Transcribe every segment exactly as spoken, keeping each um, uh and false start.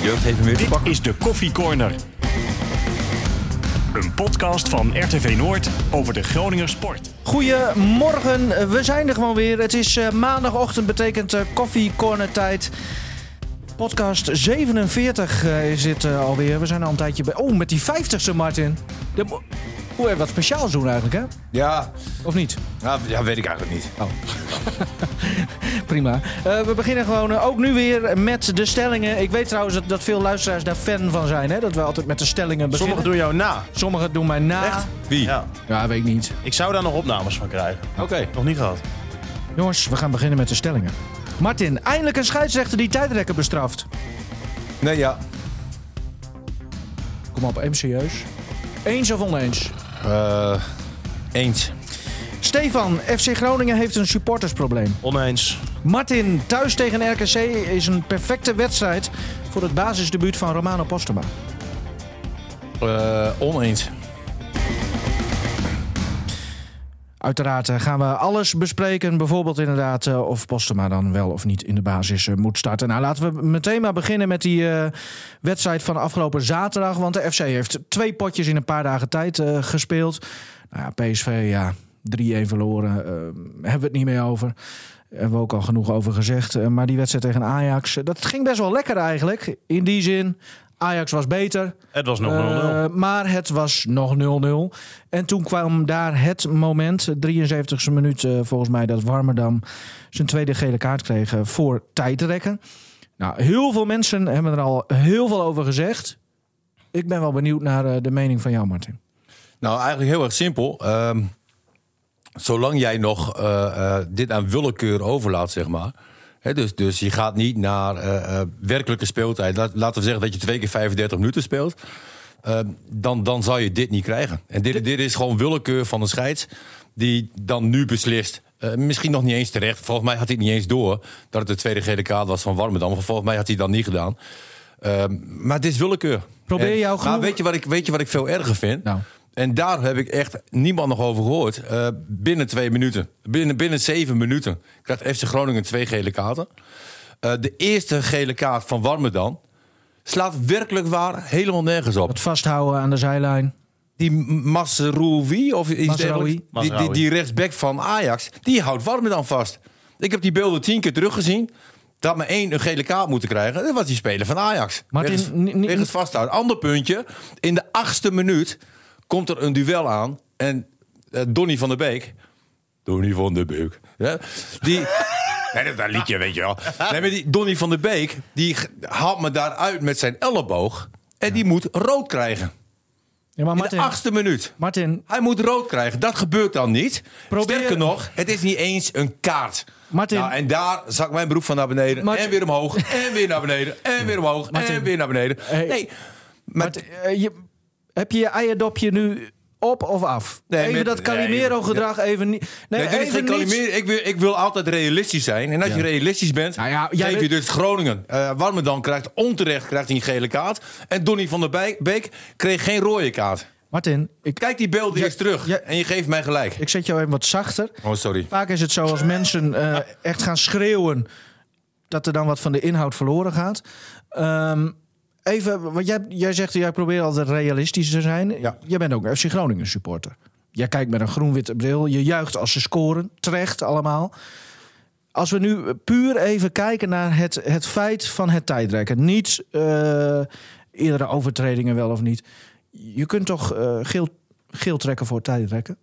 jeugd even meer te pakken. Dit is de Koffie Corner. Een podcast van R T V Noord over de Groninger sport. Goedemorgen, we zijn er gewoon weer. Het is uh, maandagochtend, betekent uh, Koffie Corner tijd. Podcast zevenenveertig uh, is het uh, alweer. We zijn al een tijdje bij... Oh, met die vijftigste, Martin. De... Hoe hebben we wat speciaals doen eigenlijk, hè? Ja. Of niet? Ja, ja weet ik eigenlijk niet. Oh. Prima. Uh, we beginnen gewoon uh, ook nu weer met de stellingen. Ik weet trouwens dat, dat veel luisteraars daar fan van zijn, hè? Dat we altijd met de stellingen beginnen. Sommigen doen jou na. Sommigen doen mij na. Echt? Wie? Ja. Ja, weet ik niet. Ik zou daar nog opnames van krijgen. Oké. Okay. Nog niet gehad. Jongens, we gaan beginnen met de stellingen. Martin, eindelijk een scheidsrechter die tijdrekken bestraft. Nee, ja. Kom op, even serieus. Eens of oneens? Uh, eens. Stefan, F C Groningen heeft een supportersprobleem. Oneens. Martin, thuis tegen R K C is een perfecte wedstrijd voor het basisdebuut van Romano Postema. Uh, oneens. Uiteraard gaan we alles bespreken. Bijvoorbeeld inderdaad uh, of Postema dan wel of niet in de basis uh, moet starten. Nou, laten we meteen maar beginnen met die uh, wedstrijd van afgelopen zaterdag. Want de F C heeft twee potjes in een paar dagen tijd uh, gespeeld. Nou ja, P S V, ja, drie-een verloren. Uh, hebben we het niet meer over. Daar hebben we ook al genoeg over gezegd. Uh, maar die wedstrijd tegen Ajax, uh, dat ging best wel lekker eigenlijk. In die zin... Ajax was beter. Het was nog nul nul. Uh, maar het was nog nul nul. En toen kwam daar het moment, drieënzeventigste minuut uh, volgens mij, dat Warmerdam zijn tweede gele kaart kreeg voor tijdrekken. Nou, heel veel mensen hebben er al heel veel over gezegd. Ik ben wel benieuwd naar uh, de mening van jou, Martin. Nou, eigenlijk heel erg simpel. Um, zolang jij nog uh, uh, dit aan willekeur overlaat, zeg maar... He, dus, dus je gaat niet naar uh, uh, werkelijke speeltijd. Laat, laten we zeggen dat je twee keer vijfendertig minuten speelt. Uh, dan, dan zou je dit niet krijgen. En dit, dit is gewoon willekeur van een scheids die dan nu beslist. Uh, misschien nog niet eens terecht. Volgens mij had hij het niet eens door dat het de tweede gele kaart was van Warmerdam. Volgens mij had hij dat niet gedaan. Uh, maar het is willekeur. Probeer jouw genoeg... Maar weet je, wat ik, weet je wat ik veel erger vind? Nou. En daar heb ik echt niemand nog over gehoord. Uh, binnen twee minuten. Binnen, binnen zeven minuten krijgt F C Groningen twee gele kaarten. Uh, de eerste gele kaart van Warmerdam slaat werkelijk waar helemaal nergens op. Het vasthouden aan de zijlijn. Die Masroui, of iets dergelijks, die, die, die rechtsback van Ajax, die houdt Warmerdam vast. Ik heb die beelden tien keer teruggezien. Dat maar één een gele kaart moeten krijgen. Dat was die speler van Ajax. Wegens vasthouden. Ander puntje. In de achtste minuut komt er een duel aan. En uh, Donny van der Beek... Donny van der Beek. Ja, die... nee, dat is een liedje, weet je wel. Nee, maar die Donny van der Beek... die haalt me daaruit met zijn elleboog. En ja. die moet rood krijgen. Ja, maar Martin, in de achtste minuut. Martin, hij moet rood krijgen. Dat gebeurt dan niet. Probeer... Sterker nog, het is niet eens een kaart. Martin, nou, en daar zak mijn broek van naar beneden. Martin, en weer omhoog. En weer naar beneden. En weer omhoog. Martin, en weer naar beneden. Hey, nee, maar... Martin, uh, je... Heb je je eierdopje nu op of af? Nee, even met, dat Calimero-gedrag nee, even niet... Nee, nee even geen Calimero. Ik wil, ik wil altijd realistisch zijn. En als ja. je realistisch bent, nou ja, geef je dus Groningen. Uh, Warmerdam krijgt onterecht krijgt hij een gele kaart. En Donny van der Beek kreeg geen rode kaart. Martin, ik... Kijk die beelden ja, eens terug ja, en je geeft mij gelijk. Ik zet jou even wat zachter. Oh, sorry. Vaak is het zo als mensen uh, echt gaan schreeuwen... dat er dan wat van de inhoud verloren gaat. Um, Even, want jij, jij zegt, jij probeert altijd realistisch te zijn. Ja. Jij bent ook een F C Groningen supporter. Jij kijkt met een groen-witte bril. Je juicht als ze scoren. Terecht allemaal. Als we nu puur even kijken naar het, het feit van het tijdrekken. Niet uh, eerdere overtredingen wel of niet. Je kunt toch uh, geel, geel trekken voor tijdrekken?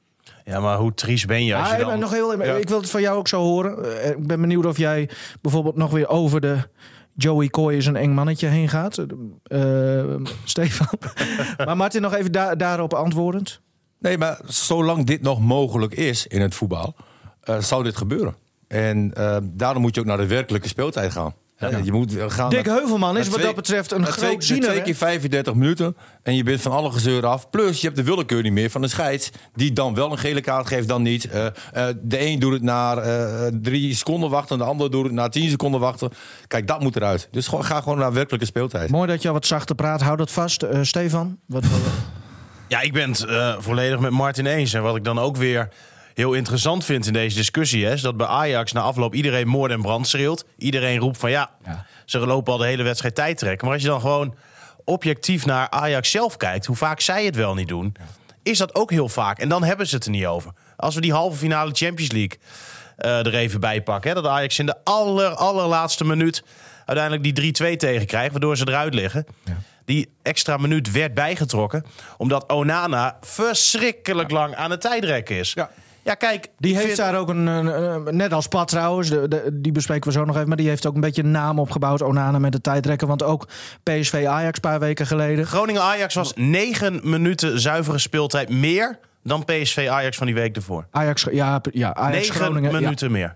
Ja, maar hoe triest ben je als ah, je dan... Nog heel, ja. Ik wil het van jou ook zo horen. Uh, ik ben benieuwd of jij bijvoorbeeld nog weer over de... Joey Coy is een eng mannetje heen gaat. Uh, Stefan. Maar Martin, nog even da- daarop antwoordend. Nee, maar zolang dit nog mogelijk is in het voetbal... Uh, zou dit gebeuren. En uh, daarom moet je ook naar de werkelijke speeltijd gaan. Ja. Je moet gaan Dick Heuvelman is wat twee, dat betreft een groot ziener. Twee keer vijfendertig minuten en je bent van alle gezeur af. Plus je hebt de willekeur niet meer van een scheids... die dan wel een gele kaart geeft, dan niet. Uh, uh, de een doet het na uh, drie seconden wachten... de ander doet het na tien seconden wachten. Kijk, dat moet eruit. Dus gewoon, ga gewoon naar werkelijke speeltijd. Mooi dat je al wat zachter praat. Houd dat vast. Uh, Stefan? Wat, wat... Ja, ik ben het uh, volledig met Martin eens. En wat ik dan ook weer... heel interessant vind in deze discussie... Hè, is dat bij Ajax na afloop iedereen moord en brand schreeuwt. Iedereen roept van ja, ja, ze lopen al de hele wedstrijd tijd trekken. Maar als je dan gewoon objectief naar Ajax zelf kijkt... hoe vaak zij het wel niet doen, ja. is dat ook heel vaak. En dan hebben ze het er niet over. Als we die halve finale Champions League uh, er even bij pakken... Hè, dat Ajax in de aller, allerlaatste minuut uiteindelijk die drie twee tegenkrijgt... waardoor ze eruit liggen... Ja. Die extra minuut werd bijgetrokken... omdat Onana verschrikkelijk lang aan het tijdrekken is. Ja. Ja, kijk, die heeft vind... daar ook een, een, een... Net als Pat trouwens, de, de, die bespreken we zo nog even... maar die heeft ook een beetje een naam opgebouwd, Onana met het tijdrekken. Want ook P S V Ajax een paar weken geleden... Groningen-Ajax was negen minuten zuivere speeltijd meer... dan P S V Ajax van die week ervoor. Ajax, ja, ja Ajax negen Groningen, minuten ja. meer.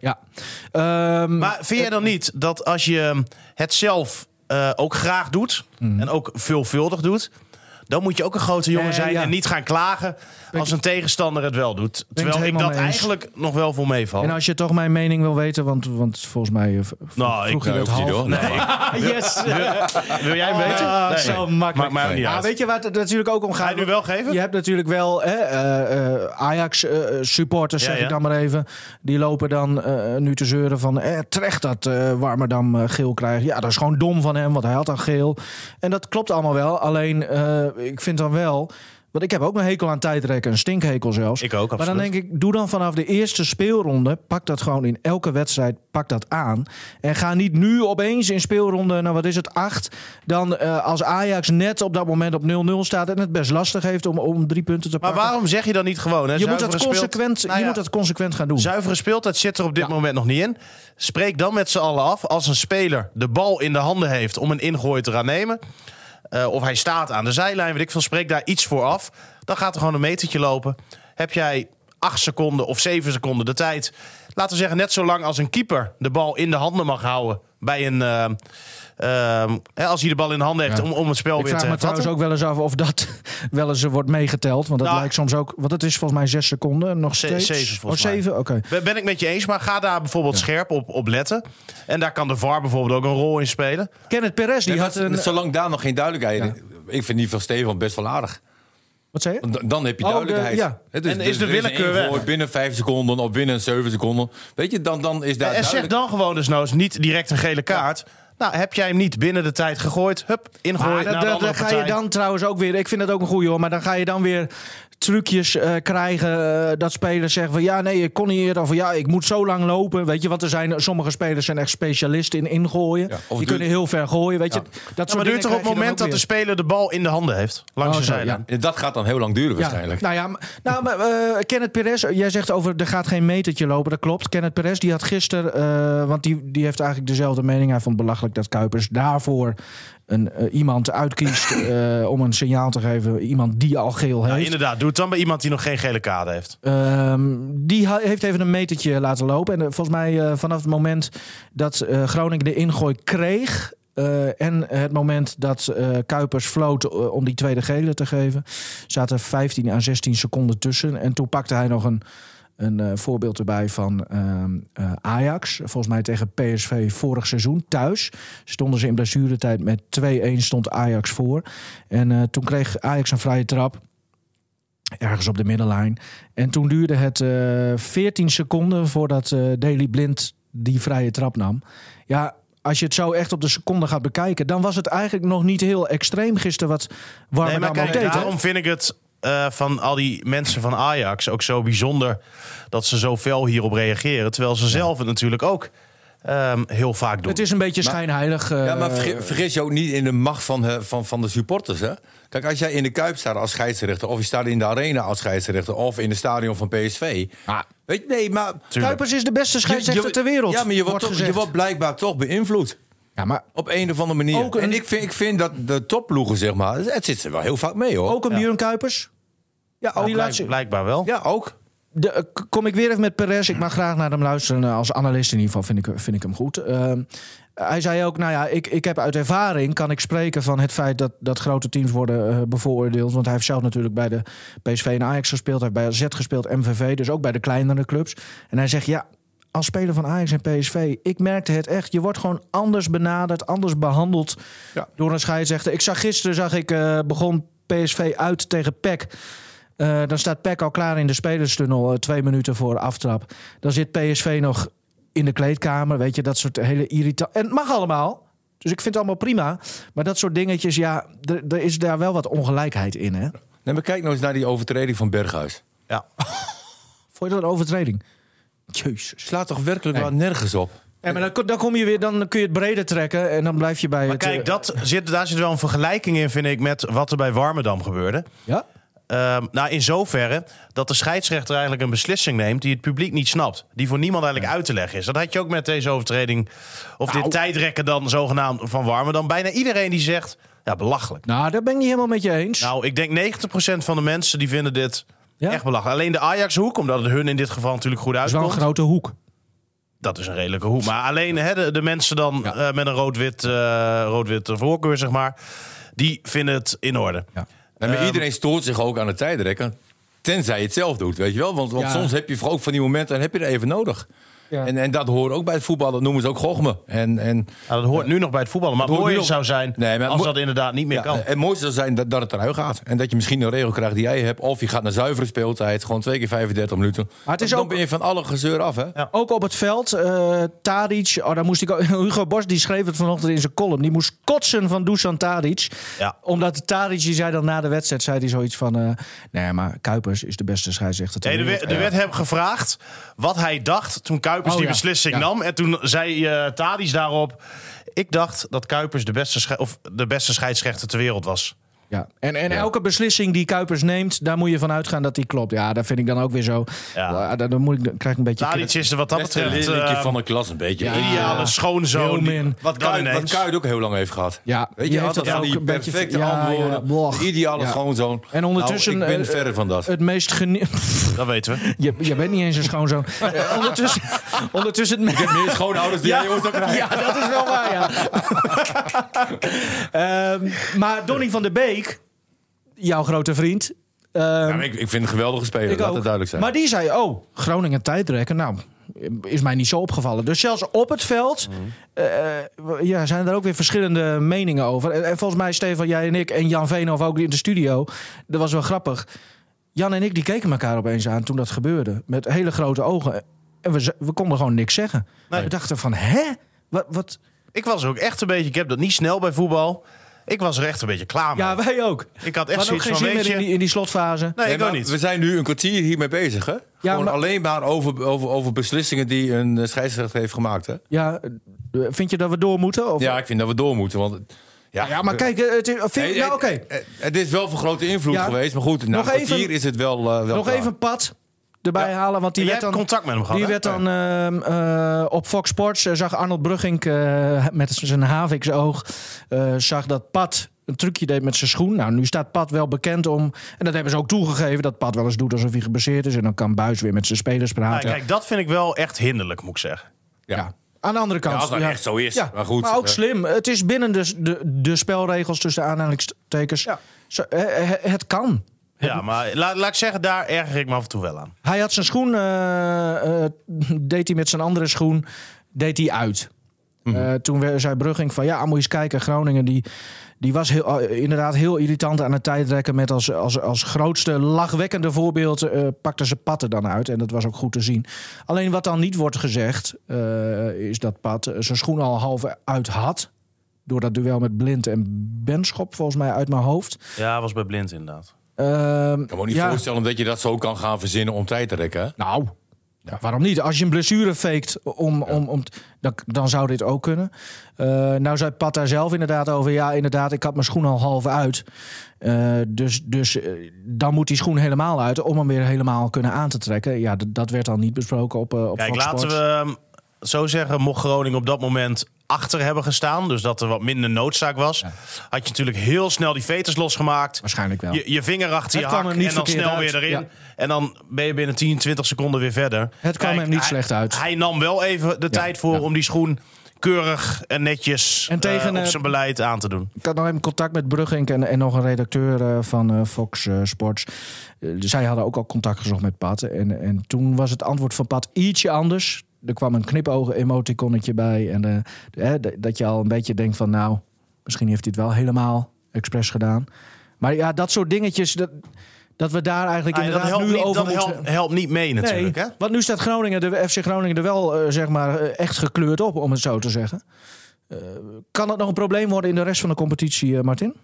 Ja. Um, maar vind jij dan niet dat als je het zelf... Uh, ook graag doet mm. en ook veelvuldig doet... dan moet je ook een grote jongen nee, zijn ja. en niet gaan klagen... als een tegenstander het wel doet. Terwijl ik dat eigenlijk nog wel voor meeval. En als je toch mijn mening wil weten... want, want volgens mij v- nou, vroeg ik je het half... Door. Nee. Yes! wil, wil jij hem weten? Ah, nee. Zo makkelijk. Maar, maar ja, weet je waar het natuurlijk ook om gaat? Ga je nu wel geven? Je hebt natuurlijk wel hè, uh, uh, Ajax uh, supporters, ja, zeg ja. ik dan maar even... die lopen dan uh, nu te zeuren van... Eh, terecht dat uh, Warmerdam uh, geel krijgt. Ja, dat is gewoon dom van hem, want hij had dan geel. En dat klopt allemaal wel. Alleen, uh, ik vind dan wel... Want ik heb ook een hekel aan tijdrekken, een stinkhekel zelfs. Ik ook, absoluut. Maar dan denk ik, doe dan vanaf de eerste speelronde... pak dat gewoon in elke wedstrijd, pak dat aan. En ga niet nu opeens in speelronde, nou wat is het, acht... dan uh, als Ajax net op dat moment op nul nul staat... en het best lastig heeft om, om drie punten te pakken. Maar waarom zeg je dan niet gewoon... Hè? Je, moet dat, consequent, speelt... nou ja, je moet dat consequent gaan doen. Zuivere speeltijd zit er op dit ja. moment nog niet in. Spreek dan met z'n allen af. Als een speler de bal in de handen heeft om een ingooi te gaan nemen... Uh, of hij staat aan de zijlijn, weet ik veel, spreek daar iets voor af. Dan gaat er gewoon een metertje lopen. Heb jij acht seconden of zeven seconden de tijd... laten we zeggen net zo lang als een keeper de bal in de handen mag houden... bij een... Uh, uh, als hij de bal in de handen heeft ja. om, om het spel ik weer te hervatten. Ik vraag me trouwens ook wel eens af of dat wel eens wordt meegeteld. Want dat nou, lijkt soms ook... Want het is volgens mij zes seconden nog steeds. Zeven volgens oh, zeven? Oké. Okay. Ben ik met je eens, maar ga daar bijvoorbeeld ja. scherp op, op letten. En daar kan de V A R bijvoorbeeld ook een rol in spelen. Kenneth Perez, die ja, had een... Zolang daar nog geen duidelijkheid... Ja. Ik vind die van Steven best wel aardig. Wat zei je? Dan, dan heb je duidelijkheid. Oh, de, ja. Het is, en is de willekeur weg. Binnen vijf seconden of binnen zeven seconden. Weet je, dan, dan is daar En zeg dan gewoon dus nou eens niet direct een gele kaart... Ja. Nou, heb jij hem niet binnen de tijd gegooid? Hup, ingooid naar de andere Daar ga je dan trouwens ook weer... Ik vind het ook een goeie hoor, maar dan ga je dan weer... trucjes uh, krijgen uh, dat spelers zeggen van ja, nee, ik kon niet eerder of ja, ik moet zo lang lopen, weet je, want er zijn sommige spelers zijn echt specialisten in ingooien. Ja, die duurt... kunnen heel ver gooien, weet ja. je. Dat ja, maar duurt toch op het moment dat de speler de bal in de handen heeft, langs de zijlijn. Ja. Dat gaat dan heel lang duren waarschijnlijk. Ja. Nou ja, nou, maar, uh, Kenneth Perez, jij zegt over er gaat geen metertje lopen, dat klopt. Kenneth Perez die had gisteren, uh, want die, die heeft eigenlijk dezelfde mening. Hij vond het belachelijk dat Kuipers daarvoor een, uh, iemand uitkiest uh, om een signaal te geven. Iemand die al geel heeft. Ja, inderdaad. Doe het dan bij iemand die nog geen gele kaart heeft. Um, die ha- heeft even een metertje laten lopen. En uh, volgens mij uh, vanaf het moment dat uh, Groningen de ingooi kreeg... Uh, en het moment dat uh, Kuipers floot uh, om die tweede gele te geven... zaten vijftien à zestien seconden tussen. En toen pakte hij nog een... Een uh, voorbeeld erbij van uh, uh, Ajax. Volgens mij tegen P S V vorig seizoen thuis. Stonden ze in blessuretijd met twee-een stond Ajax voor. En uh, toen kreeg Ajax een vrije trap. Ergens op de middenlijn. En toen duurde het uh, veertien seconden voordat uh, Daley Blind die vrije trap nam. Ja, als je het zo echt op de seconde gaat bekijken... dan was het eigenlijk nog niet heel extreem gisteren wat Warmerdam nee, al deed. Daarom vind ik het... Uh, van al die mensen van Ajax ook zo bijzonder dat ze zo fel hierop reageren. Terwijl ze zelf het natuurlijk ook um, heel vaak doen. Het is een beetje schijnheilig. Uh, ja, maar vergis, vergis je ook niet in de macht van, uh, van, van de supporters. Hè? Kijk, als jij in de Kuip staat als scheidsrechter... of je staat in de Arena als scheidsrechter... of in het stadion van P S V... Ah. Weet je, nee, maar... Kuipers is de beste scheidsrechter ter wereld. Ja, maar je wordt, toch, je wordt blijkbaar toch beïnvloed. Ja, maar op een of andere manier. Een... En ik vind, ik vind dat de topploegen, zeg maar... het zit er wel heel vaak mee, hoor. Ook een ja. Björn Kuipers? Ja, ook blijk, laatste... blijkbaar wel. Ja, ook. De, uh, kom ik weer even met Perez. Ik mag graag naar hem luisteren. Uh, als analist in ieder geval vind ik, vind ik hem goed. Uh, hij zei ook, nou ja, ik, ik heb uit ervaring... kan ik spreken van het feit dat, dat grote teams worden uh, bevooroordeeld. Want hij heeft zelf natuurlijk bij de P S V en Ajax gespeeld. Hij heeft bij A Z gespeeld, M V V. Dus ook bij de kleinere clubs. En hij zegt, ja... als speler van Ajax en P S V, ik merkte het echt. Je wordt gewoon anders benaderd, anders behandeld ja. door een scheidsrechter. Ik zag gisteren, zag ik, uh, begon P S V uit tegen P E C. Uh, dan staat P E C al klaar in de spelerstunnel uh, twee minuten voor aftrap. Dan zit P S V nog in de kleedkamer. Weet je, dat soort hele irritant. En het mag allemaal. Dus ik vind het allemaal prima. Maar dat soort dingetjes, ja, er is daar wel wat ongelijkheid in, hè? Nee, maar kijk nou eens naar die overtreding van Berghuis. Ja. Vond je dat een overtreding? Jezus. Slaat toch werkelijk nee. wel nergens op. Ja, maar dan, dan kom je weer, dan kun je het breder trekken en dan blijf je bij maar het... kijk, dat zit, daar zit wel een vergelijking in, vind ik, met wat er bij Warmerdam gebeurde. Ja? Um, nou, in zoverre dat de scheidsrechter eigenlijk een beslissing neemt die het publiek niet snapt. Die voor niemand eigenlijk uit te leggen is. Dat had je ook met deze overtreding. Of nou. dit tijdrekken dan zogenaamd van Warmerdam. Bijna iedereen die zegt, ja, belachelijk. Nou, daar ben ik niet helemaal met je eens. Nou, ik denk negentig procent van de mensen die vinden dit ja? echt belachelijk. Alleen de Ajax-hoek, omdat het hun in dit geval natuurlijk goed uitkomt. Dat is wel een grote hoek. Dat is een redelijke hoek. Maar alleen hè, de, de mensen dan ja. uh, met een rood-wit, uh, rood-wit voorkeur, zeg maar, die vinden het in orde. Ja. En maar um, iedereen stoort zich ook aan het tijdrekken. Tenzij je het zelf doet, weet je wel. Want, want ja. soms heb je ook van die momenten en heb je er even nodig. Ja. En, en dat hoort ook bij het voetbal. Dat noemen ze ook gochme. En, en, ja, dat hoort uh, nu nog bij het voetballen. Maar het mooie nog... zou zijn nee, maar als mo- dat inderdaad niet meer ja, kan. Het mooiste zou zijn dat, dat het eruit gaat. En dat je misschien een regel krijgt die jij hebt. Of je gaat naar zuivere speeltijd. Gewoon twee keer vijfendertig minuten. Maar het is dan ook, ben je van alle gezeur af. Hè? Ja. Ook op het veld. Uh, Tadic. Oh, daar moest ik ook, Hugo Borst die schreef het vanochtend in zijn column. Die moest kotsen van Dusan Tadic. Ja. Omdat Tadic, die zei dan na de wedstrijd, zei hij zoiets van... Uh, nee, maar Kuipers is de beste scheidsrechter. Nee, er werd, er werd hem gevraagd wat hij dacht toen Kuipers oh, die ja. beslissing... Ja. nam. En toen zei uh, Tadic daarop... Ik dacht dat Kuipers de beste, sche- of de beste scheidsrechter ter wereld was. Ja. En, en ja. elke beslissing die Kuipers neemt... daar moet je van uitgaan dat die klopt. Ja, dat vind ik dan ook weer zo. Ja. Dan, dan, moet ik, dan krijg ik een beetje... Tadic is er wat dat betreft... Een uh, van de klas een beetje. Ja. Ideale schoonzoon. Die, wat Kuit ook heel lang heeft gehad. Ja. Weet je, altijd van die perfecte ja, antwoorden. Ja, de ideale ja. schoonzoon. En ondertussen... Nou, ik ben uh, verre van dat. Het meest genie... Dat weten we. Je, je bent niet eens een schoonzoon. uh, ondertussen... ondertussen het me- ik heb meer schoonouders die jij ooit ook krijgt. Ja, dat is wel waar, ja. um, maar Donny van der Beek... Jouw grote vriend. Um, ja, ik, ik vind het een geweldige speler, laat ook. Het duidelijk zijn. Maar die zei, oh, Groningen tijdrekken. Nou, is mij niet zo opgevallen. Dus zelfs op het veld mm. uh, ja, zijn er ook weer verschillende meningen over. En volgens mij, Stefan, jij en ik en Jan Veenhoff ook in de studio. Dat was wel grappig. Jan en ik die keken elkaar opeens aan toen dat gebeurde. Met hele grote ogen. En we, we konden gewoon niks zeggen. Nee. We dachten van, hè? Wat, wat? Ik was ook echt een beetje... Ik heb dat niet snel bij voetbal... Ik was er echt een beetje klaar mee. Ja, wij ook. Ik had echt zoiets van, weet weet je... in, die, in die slotfase. Nee, nee ik ook niet. We zijn nu een kwartier hiermee bezig, hè? Ja, Gewoon maar... alleen maar over, over, over beslissingen die een scheidsrechter heeft gemaakt, hè? Ja, vind je dat we door moeten? Of... Ja, ik vind dat we door moeten, want... Ja, ja maar kijk, het is, vind, hey, ja, oké. Okay. Het is wel van grote invloed ja. geweest, maar goed, na een kwartier even, is het wel, uh, wel Nog klaar. even Pat erbij ja. halen, want die en werd jij dan... contact met hem gehad, Die hè? werd dan uh, uh, op Fox Sports, uh, zag Arnold Bruggink uh, met zijn haviksoog, uh, zag dat Pat... een trucje deed met zijn schoen. Nou, nu staat Pat wel bekend om... en dat hebben ze ook toegegeven... dat Pat wel eens doet alsof hij geblesseerd is... en dan kan Buijs weer met zijn spelers praten. Nou, kijk, dat vind ik wel echt hinderlijk, moet ik zeggen. Ja. ja. Aan de andere kant... Ja, als dat ja. echt zo is. Ja. Maar goed. Maar ook slim. Het is binnen de, de, de spelregels tussen de aanhalingstekens. Ja. Zo, het, het kan. Ja, maar laat, laat ik zeggen, daar erger ik me af en toe wel aan. Hij had zijn schoen... Uh, uh, deed hij met zijn andere schoen... deed hij uit. Mm-hmm. Uh, toen zei Brugging van... ja, moet je eens kijken, Groningen... die Die was heel, inderdaad heel irritant aan het tijdrekken... met als, als, als grootste lachwekkende voorbeeld... Uh, pakte ze Pat er dan uit. En dat was ook goed te zien. Alleen wat dan niet wordt gezegd... Uh, is dat Pat zijn schoen al half uit had... door dat duel met Blind en Benschop, volgens mij uit mijn hoofd. Ja, was bij Blind inderdaad. Uh, ik kan me niet ja. voorstellen dat je dat zo kan gaan verzinnen om tijd te rekken. Hè? Nou... Ja, waarom niet? Als je een blessure faked, om, ja. om, om, dan, dan zou dit ook kunnen. Uh, nou zei Pat daar zelf inderdaad over... ja, inderdaad, ik had mijn schoen al half uit. Uh, dus dus uh, dan moet die schoen helemaal uit... om hem weer helemaal kunnen aan te trekken. Ja, d- dat werd al niet besproken op, uh, op Kijk, Fox laten Sports. we zo zeggen... mocht Groningen op dat moment achter hebben gestaan... dus dat er wat minder noodzaak was... Ja. had je natuurlijk heel snel die veters losgemaakt. Waarschijnlijk wel. Je, je vinger achter je hak en dan snel uit. weer erin. Ja. En dan ben je binnen tien, twintig seconden weer verder. Het kwam Kijk, hem niet hij, slecht uit. Hij nam wel even de ja, tijd voor ja. om die schoen... keurig en netjes en tegen, uh, op zijn beleid aan te doen. Ik had nog even contact met Bruggink en, en nog een redacteur uh, van uh, Fox uh, Sports. Uh, zij hadden ook al contact gezocht met Pat. En, en toen was het antwoord van Pat ietsje anders. Er kwam een knipogen-emoticonnetje bij. En uh, de, de, dat je al een beetje denkt van... nou, misschien heeft hij het wel helemaal expres gedaan. Maar ja, dat soort dingetjes... Dat, Dat we daar eigenlijk ah, inderdaad dat helpt nu niet, over dat moeten... helpt, helpt niet mee natuurlijk. Nee, hè? want nu staat Groningen, de F C Groningen er wel uh, zeg maar, uh, echt gekleurd op, om het zo te zeggen. Uh, kan dat nog een probleem worden in de rest van de competitie, uh, Martin?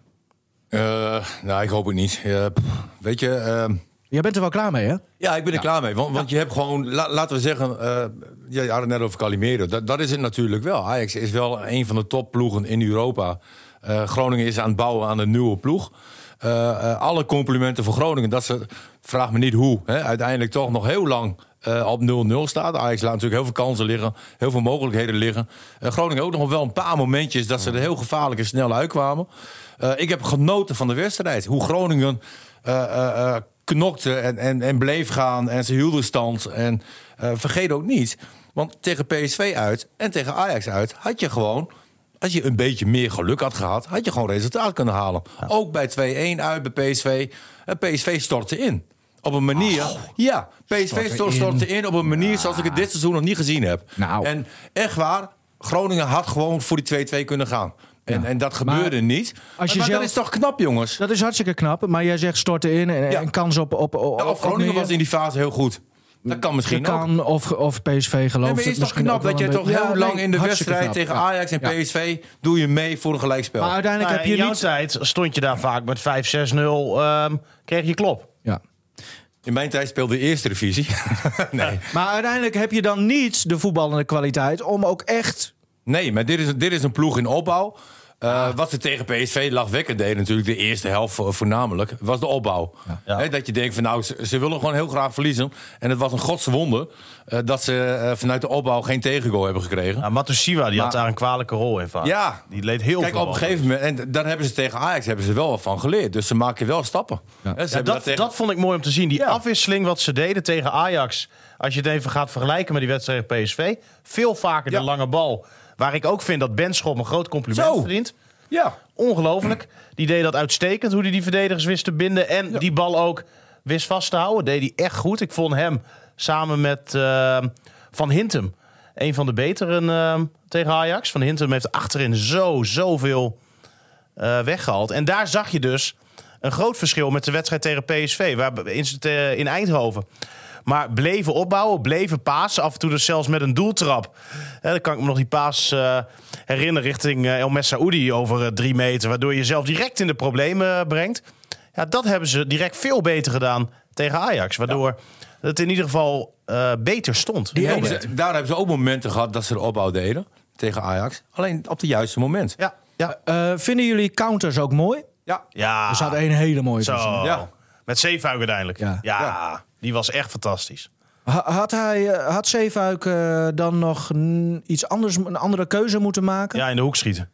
Uh, nou, ik hoop het niet. Uh, pff, weet je... Uh... Jij bent er wel klaar mee, hè? Ja, ik ben er ja. klaar mee. Want, want je hebt gewoon, la, laten we zeggen... Uh, je had het net over Calimero. Dat, dat is het natuurlijk wel. Ajax is wel een van de topploegen in Europa. Uh, Groningen is aan het bouwen aan een nieuwe ploeg. Uh, uh, alle complimenten voor Groningen. Dat ze, vraag me niet hoe, hè, uiteindelijk toch nog heel lang uh, op nul nul staat. Ajax laat natuurlijk heel veel kansen liggen. Heel veel mogelijkheden liggen. Uh, Groningen ook nog wel een paar momentjes... dat ze er heel gevaarlijk en snel uitkwamen. Uh, ik heb genoten van de wedstrijd. Hoe Groningen... Uh, uh, uh, knokte en, en, en bleef gaan en ze hielden stand. En uh, vergeet ook niet, want tegen P S V uit en tegen Ajax uit... had je gewoon, als je een beetje meer geluk had gehad... had je gewoon resultaat kunnen halen. Ja. Ook bij twee-een uit bij P S V. En P S V stortte in. Op een manier... Oh, ja, P S V stortte, stortte in. in op een manier ja. zoals ik het dit seizoen nog niet gezien heb. Nou. En echt waar, Groningen had gewoon voor die twee-twee kunnen gaan. En, ja. en dat gebeurde maar, niet. Als je maar zelf, dat is toch knap, jongens? Dat is hartstikke knap. Maar jij zegt storten in en, ja. en kans op... op, op, ja, of Groningen was in die fase heel goed. Dat kan misschien kan, ook. Of, of P S V gelooft nee, het. Het is toch knap dat je toch ja, heel lang nee, in de wedstrijd knap, tegen ja. Ajax en ja. P S V... doe je mee voor een gelijkspel. Maar uiteindelijk nou, heb je in niet... jouw tijd stond je daar vaak met vijf zes nul. Um, kreeg je klop. Ja. In mijn tijd speelde de eerste divisie. nee. Maar uiteindelijk heb je dan niet de voetballende kwaliteit... om ook echt... Nee, maar dit is, dit is een ploeg in opbouw... Uh, ah. Wat ze tegen P S V lachwekkend deden, natuurlijk de eerste helft voornamelijk, was de opbouw. Ja. Ja. He, dat je denkt van nou, ze, ze willen gewoon heel graag verliezen. En het was een godswonder uh, dat ze uh, vanuit de opbouw geen tegengoal hebben gekregen. Ja, Matusiwa, die maar, had daar een kwalijke rol in vaak. Ja, die leed heel kijk, veel. op een gegeven moment, en daar hebben ze tegen Ajax hebben ze wel wat van geleerd. Dus ze maken wel stappen. Ja. He, ja, dat, dat, tegen... dat vond ik mooi om te zien. Die ja. afwisseling wat ze deden tegen Ajax, als je het even gaat vergelijken met die wedstrijd P S V, veel vaker ja. de lange bal. Waar ik ook vind dat Benschop een groot compliment Zo. verdient. Ja. Ongelooflijk. Die deed dat uitstekend, hoe hij die verdedigers wist te binden. En ja. die bal ook wist vast te houden. Deed hij echt goed. Ik vond hem samen met uh, Van Hintem een van de beteren uh, tegen Ajax. Van Hintem heeft achterin zo, zoveel uh, weggehaald. En daar zag je dus een groot verschil met de wedstrijd tegen P S V. Waar, in, uh, in Eindhoven. Maar bleven opbouwen, bleven pasen. Af en toe dus zelfs met een doeltrap. He, dan kan ik me nog die paas uh, herinneren richting uh, El Messaoudi over uh, drie meter. Waardoor je jezelf direct in de problemen uh, brengt. Ja, dat hebben ze direct veel beter gedaan tegen Ajax. Waardoor ja. het in ieder geval uh, beter stond. Die hebben ze, daar hebben ze ook momenten gehad dat ze de opbouw deden tegen Ajax. Alleen op het juiste moment. Ja. Ja. Uh, vinden jullie counters ook mooi? Ja. ja. Er staat een hele mooie tussen. Ja. Met Zeefuik uiteindelijk. Ja. Ja. ja. Die was echt fantastisch. Had, hij, had Zeefuik uh, dan nog n- iets anders, een andere keuze moeten maken? Ja, in de hoek schieten.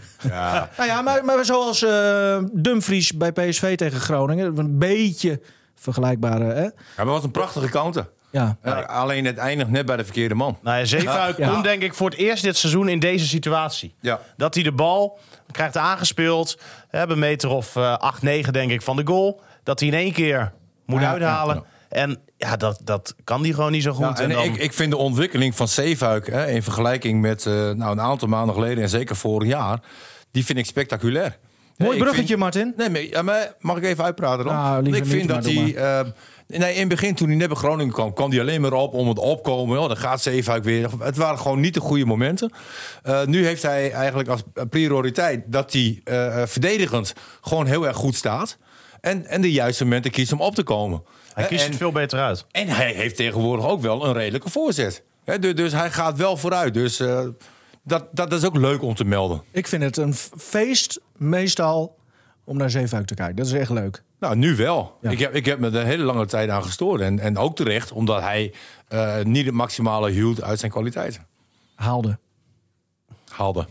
Ja. nou ja, maar, maar zoals uh, Dumfries bij P S V tegen Groningen. Een beetje vergelijkbare. Hè? Ja, maar het was een prachtige counter. Ja. Uh, alleen het eindigt net bij de verkeerde man. Nou ja, Zeefuik ja. komt denk ik voor het eerst dit seizoen in deze situatie. Ja. Dat hij de bal krijgt aangespeeld. Hebben een meter of uh, acht, negen denk ik van de goal. Dat hij in één keer moet ja, uithalen. Ja, ja. En ja, dat, dat kan die gewoon niet zo goed. Ja, en en dan... ik, ik vind de ontwikkeling van Zeefuik hè, in vergelijking met uh, nou, een aantal maanden geleden en zeker vorig jaar, die vind ik spectaculair. Mooi bruggetje, vind... Martin. Nee, maar, ja, maar mag ik even uitpraten dan? Nou, ik vind niet, dat hij... Uh, nee, in het begin, toen hij net bij Groningen kwam, kwam hij alleen maar op om het opkomen. Oh, dan gaat Zeefuik weer. Het waren gewoon niet de goede momenten. Uh, nu heeft hij eigenlijk als prioriteit dat hij uh, verdedigend gewoon heel erg goed staat. En, en de juiste momenten kiest om op te komen. Hij kiest en, het veel beter uit. En hij heeft tegenwoordig ook wel een redelijke voorzet. He, dus, dus hij gaat wel vooruit. Dus uh, dat, dat is ook leuk om te melden. Ik vind het een feest meestal om naar Zeefuik te kijken. Dat is echt leuk. Nou, nu wel. Ja. Ik, heb, ik heb me er een hele lange tijd aan gestoord. En, en ook terecht, omdat hij uh, niet het maximale hield uit zijn kwaliteiten. Haalde. Haalde.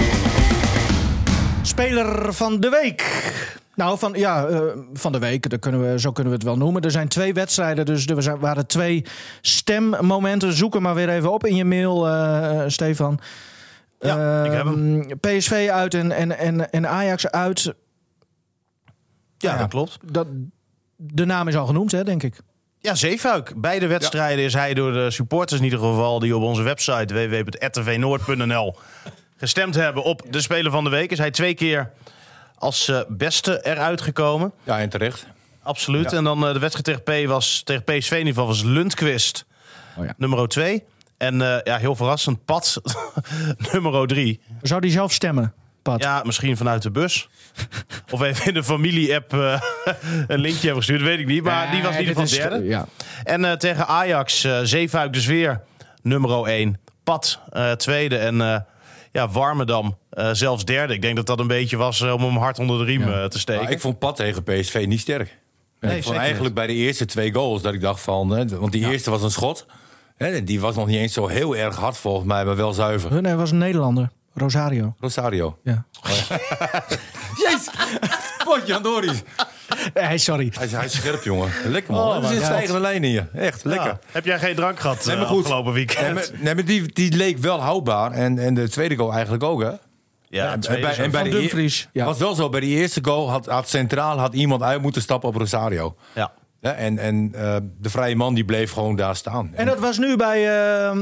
Speler van de week. Nou, van, ja, uh, van de week, dat kunnen we, zo kunnen we het wel noemen. Er zijn twee wedstrijden, dus er waren twee stemmomenten. Zoek hem maar weer even op in je mail, uh, Stefan. Ja, uh, ik heb hem. P S V uit en, en, en, en Ajax uit. Ja, ja, dat klopt. Dat, de naam is al genoemd, hè, denk ik. Ja, Zeefuik. Beide wedstrijden ja. is hij door de supporters in ieder geval, die op onze website w w w punt r t v noord punt n l gestemd hebben op de Speler van de Week. Is hij twee keer als uh, beste eruit gekomen. Ja, en terecht. Absoluut. Ja. En dan uh, de wedstrijd tegen P was tegen P S V in ieder geval was Lundqvist oh, ja. nummer twee. En uh, ja, heel verrassend, Pat nummer drie. Zou die zelf stemmen, Pat? Ja, misschien vanuit de bus. Of even in de familie-app uh, een linkje hebben gestuurd, weet ik niet. Maar nee, die was in ieder geval derde. Ja. En uh, tegen Ajax, uh, Zeefuik dus weer nummer één. Pat uh, tweede en uh, ja, Warmerdam uh, zelfs derde. Ik denk dat dat een beetje was uh, om hem hard onder de riem ja. uh, te steken. Maar ik vond Pat tegen P S V niet sterk. Nee, ik vond eigenlijk niet. Bij de eerste twee goals dat ik dacht van... Hè, want die ja. eerste was een schot. Hè, die was nog niet eens zo heel erg hard volgens mij, maar wel zuiver. Nee, hij was een Nederlander. Rosario. Rosario. Ja. Oh, ja. Jezus, potje Andoris. Nee, sorry. Hij is, hij is scherp, jongen. Lekker, man. Oh, er zit een stijgende lijn hier. Echt, lekker. Ja. Heb jij geen drank gehad nee, maar goed. afgelopen weekend? Nee, maar, nee, maar die, die leek wel houdbaar. En, en de tweede goal eigenlijk ook, hè? Ja, en, en bij, en bij de Dumfries. Ja. was wel zo, bij die eerste goal had, had centraal had iemand uit moeten stappen op Rosario. Ja. Ja, en en uh, de vrije man die bleef gewoon daar staan. En dat was nu bij uh,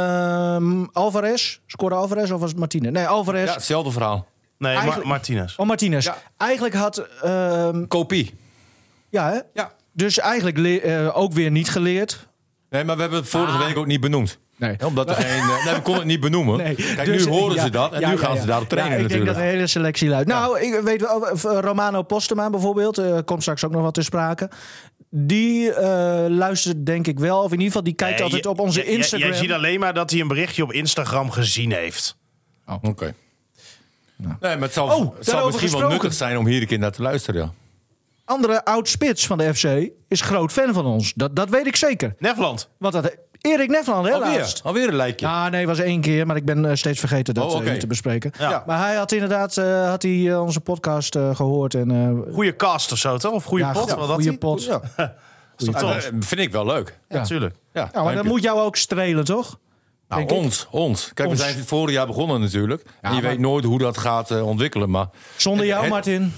uh, Alvarez. Scoorde Alvarez of was het Martinez? Nee, Alvarez. Ja, hetzelfde verhaal. Nee, Eigenlijk... Mar- Martinez. Oh, Martinez. Ja. Eigenlijk had... Uh, Kopie. Ja, hè? Ja. Dus eigenlijk le- uh, ook weer niet geleerd. Nee, maar we hebben het vorige ah. week ook niet benoemd. Nee. Ja, omdat er geen, uh, nee, we konden het niet benoemen. Nee. Kijk, dus, nu horen ja, ze dat en ja, nu gaan ja, ja. ze daarop trainen ja, ik natuurlijk. Ik denk dat de hele selectie luidt. Ja. Nou, ik weet wel, Romano Postema bijvoorbeeld, uh, komt straks ook nog wat te sprake. Die uh, luistert denk ik wel, of in ieder geval die kijkt nee, altijd je, op onze je, Instagram. Jij ziet alleen maar dat hij een berichtje op Instagram gezien heeft. Oh. Oké. Okay. Nou. Nee, maar het zal, oh, het zal misschien gesproken. wel nuttig zijn om hier een keer naar te luisteren. Ja. Andere oud-spits van de F C is groot fan van ons. Dat, dat weet ik zeker. Nefland. Want dat, Erik Nefland, helaas. Alweer, alweer een lijkje. Ja, nee, was één keer, maar ik ben uh, steeds vergeten dat oh, okay. uh, te bespreken. Ja. Maar hij had inderdaad uh, had hij, uh, onze podcast uh, gehoord. En, uh, goeie cast of zo, toch? Of goede ja, pot? Ja, wat goede pot. Ja. Ja, vind ik wel leuk. Ja, natuurlijk. Ja, ja, ja, maar dat moet jou ook strelen, toch? Nou, Denk ons, ik. ons. Kijk, ons. we zijn het vorige jaar begonnen natuurlijk. Ja, en je maar... weet nooit hoe dat gaat uh, ontwikkelen. Maar... Zonder jou, en, Martin...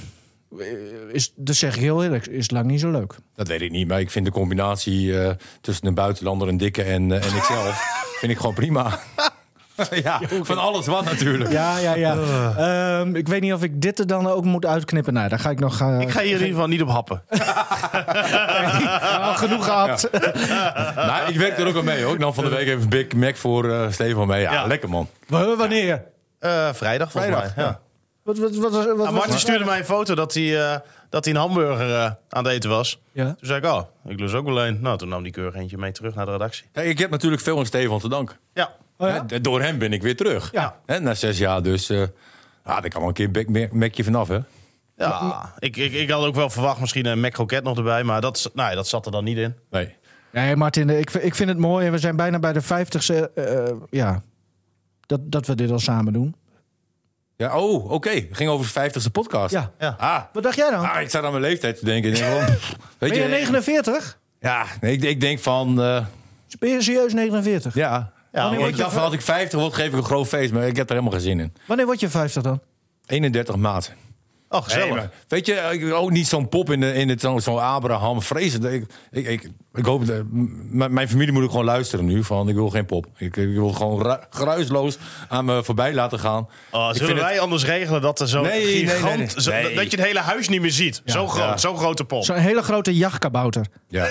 Is, dat zeg ik heel eerlijk, is lang niet zo leuk. Dat weet ik niet, maar ik vind de combinatie uh, tussen een buitenlander, een dikke en, uh, en ikzelf... vind ik gewoon prima. Ja, van alles wat natuurlijk. Ja, ja, ja. Uh. Um, ik weet niet of ik dit er dan ook moet uitknippen. Nou, daar ga ik nog... Uh, ik ga hier in ieder geval niet op happen. Nee, al genoeg gehad. Ja. Nou, ik werk er ook al mee hoor. Ik nam van de week even Big Mac voor uh, Stefan mee. Ja, ja, lekker man. W- wanneer? Uh, vrijdag volgens vrijdag, mij, ja. ja. Wat, wat, wat, wat, wat ah, Martin stuurde mij een foto dat hij, uh, dat hij een hamburger uh, aan het eten was. Ja. Toen zei ik, oh, ik lust ook wel een. Nou, toen nam die keurig eentje mee terug naar de redactie. Kijk, ik heb natuurlijk veel aan Stefan te danken. Ja. Oh, ja? He, door hem ben ik weer terug. Ja. He, na zes jaar, dus uh, ah, daar kan wel een keer een Macje vanaf, hè? Ja, maar, ik, ik, ik had ook wel verwacht misschien een Mac Croquette nog erbij, maar dat, nou, dat zat er dan niet in. Nee. Nee, Martin, ik, ik vind het mooi. En we zijn bijna bij de vijftigste. Uh, ja, dat, dat we dit al samen doen. Ja, oh, oké. Okay. Ging over de vijftigste podcast. Ja. ja. Ah. Wat dacht jij dan? Ah, ik zat aan mijn leeftijd te denken. Ik denk gewoon, weet ben je, je negenenveertig? Ja, nee, ik, ik denk van... Uh... Ben je serieus negenenveertig? Ja. ja ik dacht van, als ik vijftig word, geef ik een groot feest. Maar ik heb er helemaal geen zin in. Wanneer word je vijftig dan? eenendertig maart. Oh, gezellig. Nee, weet je, ik ook niet zo'n pop in, de, in het zo'n zo Abraham vrezen. Ik, ik, ik, ik hoop, dat, m- mijn familie moet ook gewoon luisteren nu. Van, ik wil geen pop. Ik, ik wil gewoon ru- geruisloos aan me voorbij laten gaan. Oh, zullen wij het... anders regelen dat er zo nee, gigant, nee, nee, nee. Zo, nee. dat je het hele huis niet meer ziet? Ja. Zo groot, ja. Zo'n grote pop. Zo'n hele grote jachtkabouter. Ja.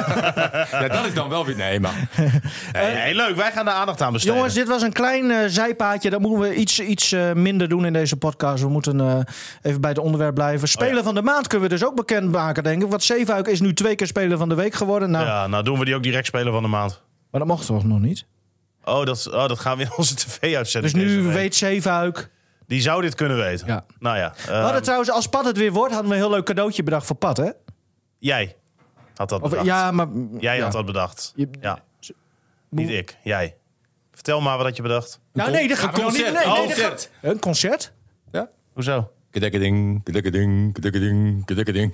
Ja, dat is dan wel weer... Nee, maar... Nee, nee, leuk. Wij gaan de aandacht aan besteden. Jongens, dit was een klein uh, zijpaadje. Dat moeten we iets, iets uh, minder doen in deze podcast. We moeten uh, even bij het onderwerp blijven. Speler oh, ja. van de maand kunnen we dus ook bekend maken, denk ik. Want Zeefuik is nu twee keer speler van de week geworden. Nou, ja, nou doen we die ook direct speler van de maand. Maar dat mocht toch nog niet? Oh, dat, oh, dat gaan we in onze tv-uitzending. Dus nu weet Zeefuik... Die zou dit kunnen weten. Ja. Nou ja. Um... We hadden trouwens, als Pat het weer wordt, hadden we een heel leuk cadeautje bedacht voor Pat, hè? Jij had dat bedacht. Of, ja, maar... Jij ja. had dat bedaad. Je... Ja. Niet ik, jij. Vertel maar wat had je bedacht. Nou, nee, dat gaat een concert. Niet, nee, oh, nee, concert. Gaat... Een concert? Ja. Hoezo? Kedekkerding, kedekkerding, kedekkerding, kedekkerding.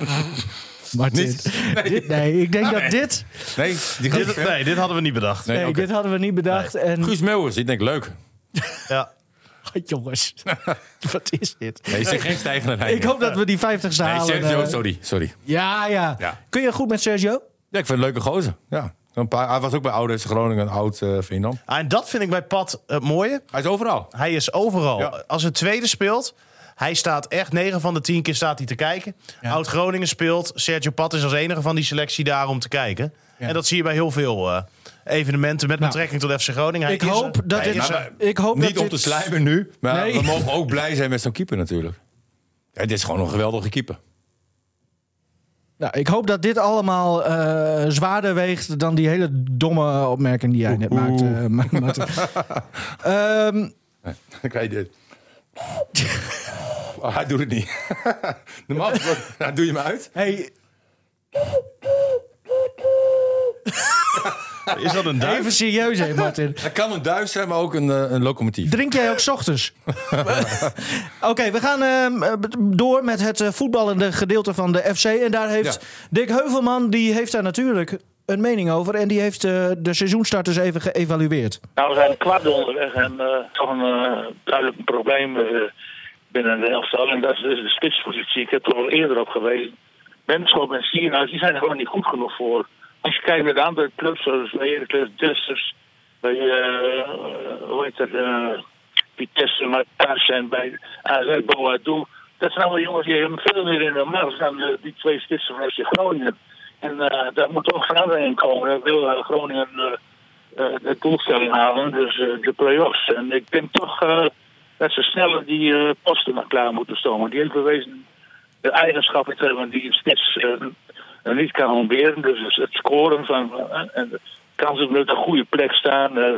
Martin, nee. Dit, nee, ik denk ah, nee. dat dit... Nee, die dit, nee, dit hadden we niet bedacht. Nee, nee okay. dit hadden we niet bedacht. Nee. En... Guus Meeuwers, ik denk leuk. Ja. Oh, jongens, wat is dit? Nee, zeg geen stijgende lijn. Ik hoop dat we die vijftigste nee, halen. Sergio, sorry, sorry. Ja, ja, ja. Kun je goed met Sergio? Ja, ik vind een leuke gozer. Ja. Een paar, hij was ook bij Oude Groningen, een oud uh, Veendam. Ah, en dat vind ik bij Pat het uh, mooie. Hij is overal. Hij is overal. Ja. Als het tweede speelt... Hij staat echt negen van de tien keer staat hij te kijken. Ja. Oud-Groningen speelt. Sergio Pat is als enige van die selectie daar om te kijken. Ja. En dat zie je bij heel veel uh, evenementen met nou, betrekking tot F C Groningen. Hij ik, hoop is, dat dit, is, maar, ik hoop niet dat om dit... te slijmen nu, maar nee. we mogen ook blij zijn met zo'n keeper natuurlijk. Ja, dit is gewoon een geweldige keeper. Nou, ik hoop dat dit allemaal uh, zwaarder weegt dan die hele domme opmerking die jij net maakte. Uh, maakte. um, nee, dan krijg je dit. Oh, hij doet het niet. Normaal nou, doe je hem uit. Hey. Is dat een duif? Even serieus, hè, Martin. Het kan een duif zijn, maar ook een, uh, een locomotief. Drink jij ook 's ochtends? Oké, okay, we gaan uh, door met het uh, voetballende gedeelte van de F C. En daar heeft ja. Dick Heuvelman, die heeft daar natuurlijk een mening over. En die heeft uh, de seizoenstarters even geëvalueerd. Nou, we zijn kwart onderweg en uh, toch een uh, duidelijk probleem uh, binnen de elftal. En dat is dus de spitspositie. Ik heb er al eerder op gewezen. Benschop en Sierhuis, die zijn er gewoon niet goed genoeg voor. Als je kijkt naar de andere clubs, zoals bij Heracles, Dusters, bij uh, hoe heet dat, uh, Vitesse, Martas en bij A Z Boadou. Dat zijn allemaal jongens die hebben veel meer in de maag dan uh, die twee spitsen van F C Groningen. En uh, daar moet toch verandering in komen. Dan wil uh, Groningen uh, uh, de doelstelling halen, dus uh, de play-offs. En ik denk toch uh, dat ze sneller die uh, posten nog klaar moeten stomen. Die heeft bewezen de eigenschappen te hebben die een spits uh, uh, niet kan ontberen. Dus het scoren van uh, en kan ze op een goede plek staan. Uh,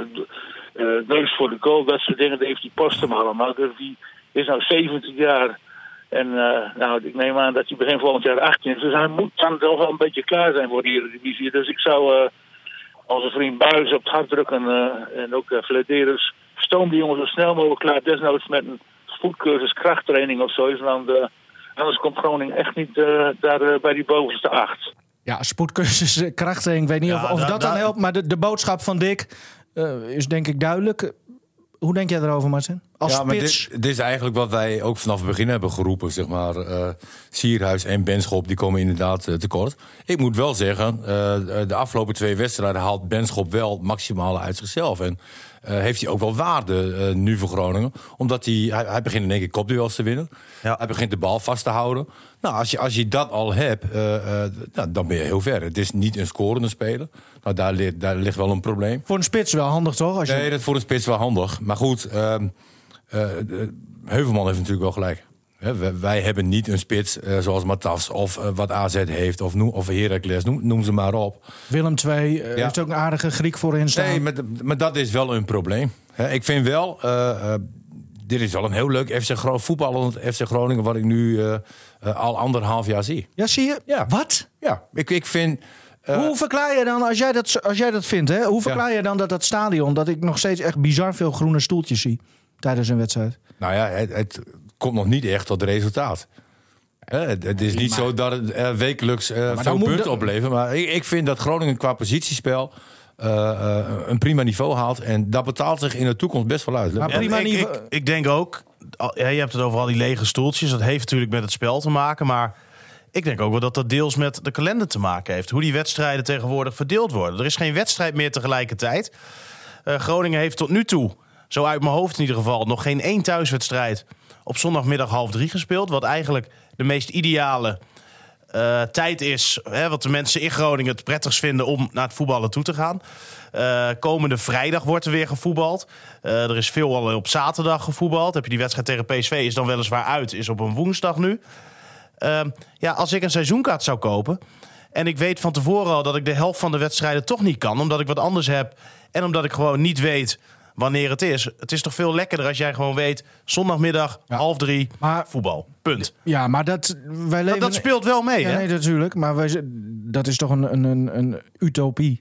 uh, neus voor de goal, dat soort dingen. Dat heeft die posten allemaal. Dus die is nou zeventien jaar. En uh, nou, ik neem aan dat hij begin volgend jaar achttien is. Dus hij moet dan toch wel een beetje klaar zijn voor de Eredivisie. Dus ik zou uh, onze vriend Buijs op het hart drukken. Uh, en ook uh, Flederis. Stoom die jongens zo snel mogelijk klaar. Desnoods met een spoedcursus krachttraining of zo. Want uh, anders komt Groningen echt niet uh, daar uh, bij die bovenste acht. Ja, spoedcursus krachttraining. Ik weet niet ja, of, of da, dat da, dan helpt. Maar de, de boodschap van Dick uh, is denk ik duidelijk. Hoe denk jij erover, Martin? Als ja, maar spits... dit, dit is eigenlijk wat wij ook vanaf het begin hebben geroepen. Zeg maar, uh, Sierhuis en Benschop die komen inderdaad uh, tekort. Ik moet wel zeggen, uh, de afgelopen twee wedstrijden haalt Benschop wel het maximale uit zichzelf. En uh, heeft hij ook wel waarde uh, nu voor Groningen. Omdat hij, hij, hij begint in één keer kopduels te winnen. Ja. Hij begint de bal vast te houden. Nou, als je, als je dat al hebt, uh, uh, nou, dan ben je heel ver. Het is niet een scorende speler. Nou, daar, ligt, daar ligt wel een probleem. Voor een spits wel handig, toch? Als je... Nee, dat is voor een spits wel handig. Maar goed, uh, uh, Heuvelman heeft natuurlijk wel gelijk. He, wij, wij hebben niet een spits uh, zoals Matas of uh, wat A Z heeft of, noem, of Heracles, noem, noem ze maar op. Willem twee uh, ja. heeft ook een aardige Griek voorin staan. Nee, maar, maar dat is wel een probleem. He, ik vind wel, uh, uh, dit is wel een heel leuk F C Gro- voetballend F C Groningen wat ik nu uh, uh, al anderhalf jaar zie. Ja, zie je? Ja. Wat? Ja, ik, ik vind... Uh, hoe verklaar je dan, als jij dat, als jij dat vindt, hè, hoe verklaar ja. je dan dat dat stadion, dat ik nog steeds echt bizar veel groene stoeltjes zie tijdens een wedstrijd? Nou ja, het, het komt nog niet echt tot resultaat. He, het, het is niet maar, zo dat het uh, wekelijks uh, ja, veel punten de... oplevert. Maar ik, ik vind dat Groningen qua positiespel uh, uh, een prima niveau haalt. En dat betaalt zich in de toekomst best wel uit. Maar prima ik, niveau... ik, ik denk ook, ja, je hebt het over al die lege stoeltjes. Dat heeft natuurlijk met het spel te maken, maar... Ik denk ook wel dat dat deels met de kalender te maken heeft. Hoe die wedstrijden tegenwoordig verdeeld worden. Er is geen wedstrijd meer tegelijkertijd. Uh, Groningen heeft tot nu toe, zo uit mijn hoofd in ieder geval... nog geen één thuiswedstrijd op zondagmiddag half drie gespeeld. Wat eigenlijk de meest ideale uh, tijd is... Hè, wat de mensen in Groningen het prettigst vinden om naar het voetballen toe te gaan. Uh, komende vrijdag wordt er weer gevoetbald. Uh, er is veel al op zaterdag gevoetbald. Heb je die wedstrijd tegen P S V, is dan weliswaar uit. Is op een woensdag nu. Uh, ja, als ik een seizoenkaart zou kopen... en ik weet van tevoren al dat ik de helft van de wedstrijden toch niet kan... omdat ik wat anders heb en omdat ik gewoon niet weet wanneer het is. Het is toch veel lekkerder als jij gewoon weet... zondagmiddag, ja. half drie, maar, voetbal. Punt. Ja, maar dat, wij leven... dat, dat speelt wel mee, ja, hè? Nee, natuurlijk. Maar wij, dat is toch een, een, een, een utopie.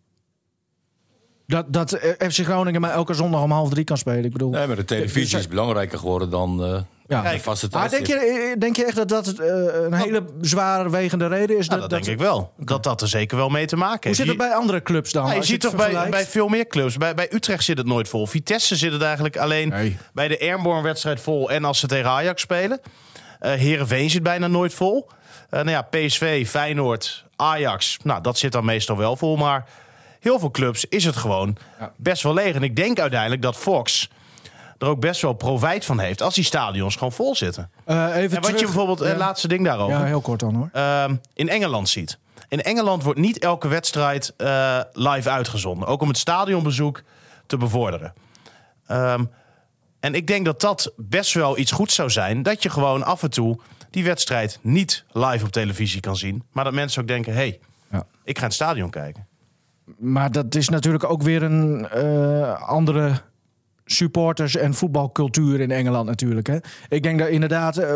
Dat, dat F C Groningen maar elke zondag om half drie kan spelen. Ik bedoel, nee, maar de televisie is belangrijker geworden dan... Uh... Ja. Kijk, maar denk je, denk je echt dat dat uh, een hele zwaar wegende reden is? Nou, dat, dat denk dat... ik wel. Dat dat er zeker wel mee te maken heeft. Hoe zit het bij andere clubs dan? Ja, je ziet toch bij, bij veel meer clubs. Bij, bij Utrecht zit het nooit vol. Vitesse zit het eigenlijk alleen nee. bij de Airborne-wedstrijd vol... en als ze tegen Ajax spelen. Uh, Heerenveen zit bijna nooit vol. Uh, nou ja, P S V, Feyenoord, Ajax. Nou, dat zit dan meestal wel vol. Maar heel veel clubs is het gewoon ja. best wel leeg. En ik denk uiteindelijk dat Fox... er ook best wel profijt van heeft als die stadions gewoon vol zitten. Uh, even en wat terug, je bijvoorbeeld, het ja. laatste ding daarover. Ja, heel kort dan hoor. Uh, in Engeland ziet. In Engeland wordt niet elke wedstrijd uh, live uitgezonden. Ook om het stadionbezoek te bevorderen. Um, en ik denk dat dat best wel iets goeds zou zijn. Dat je gewoon af en toe die wedstrijd niet live op televisie kan zien. Maar dat mensen ook denken, hé, hey, ja. ik ga in het stadion kijken. Maar dat is natuurlijk ook weer een uh, andere supporters- en voetbalcultuur in Engeland natuurlijk. Hè? Ik denk dat inderdaad, uh,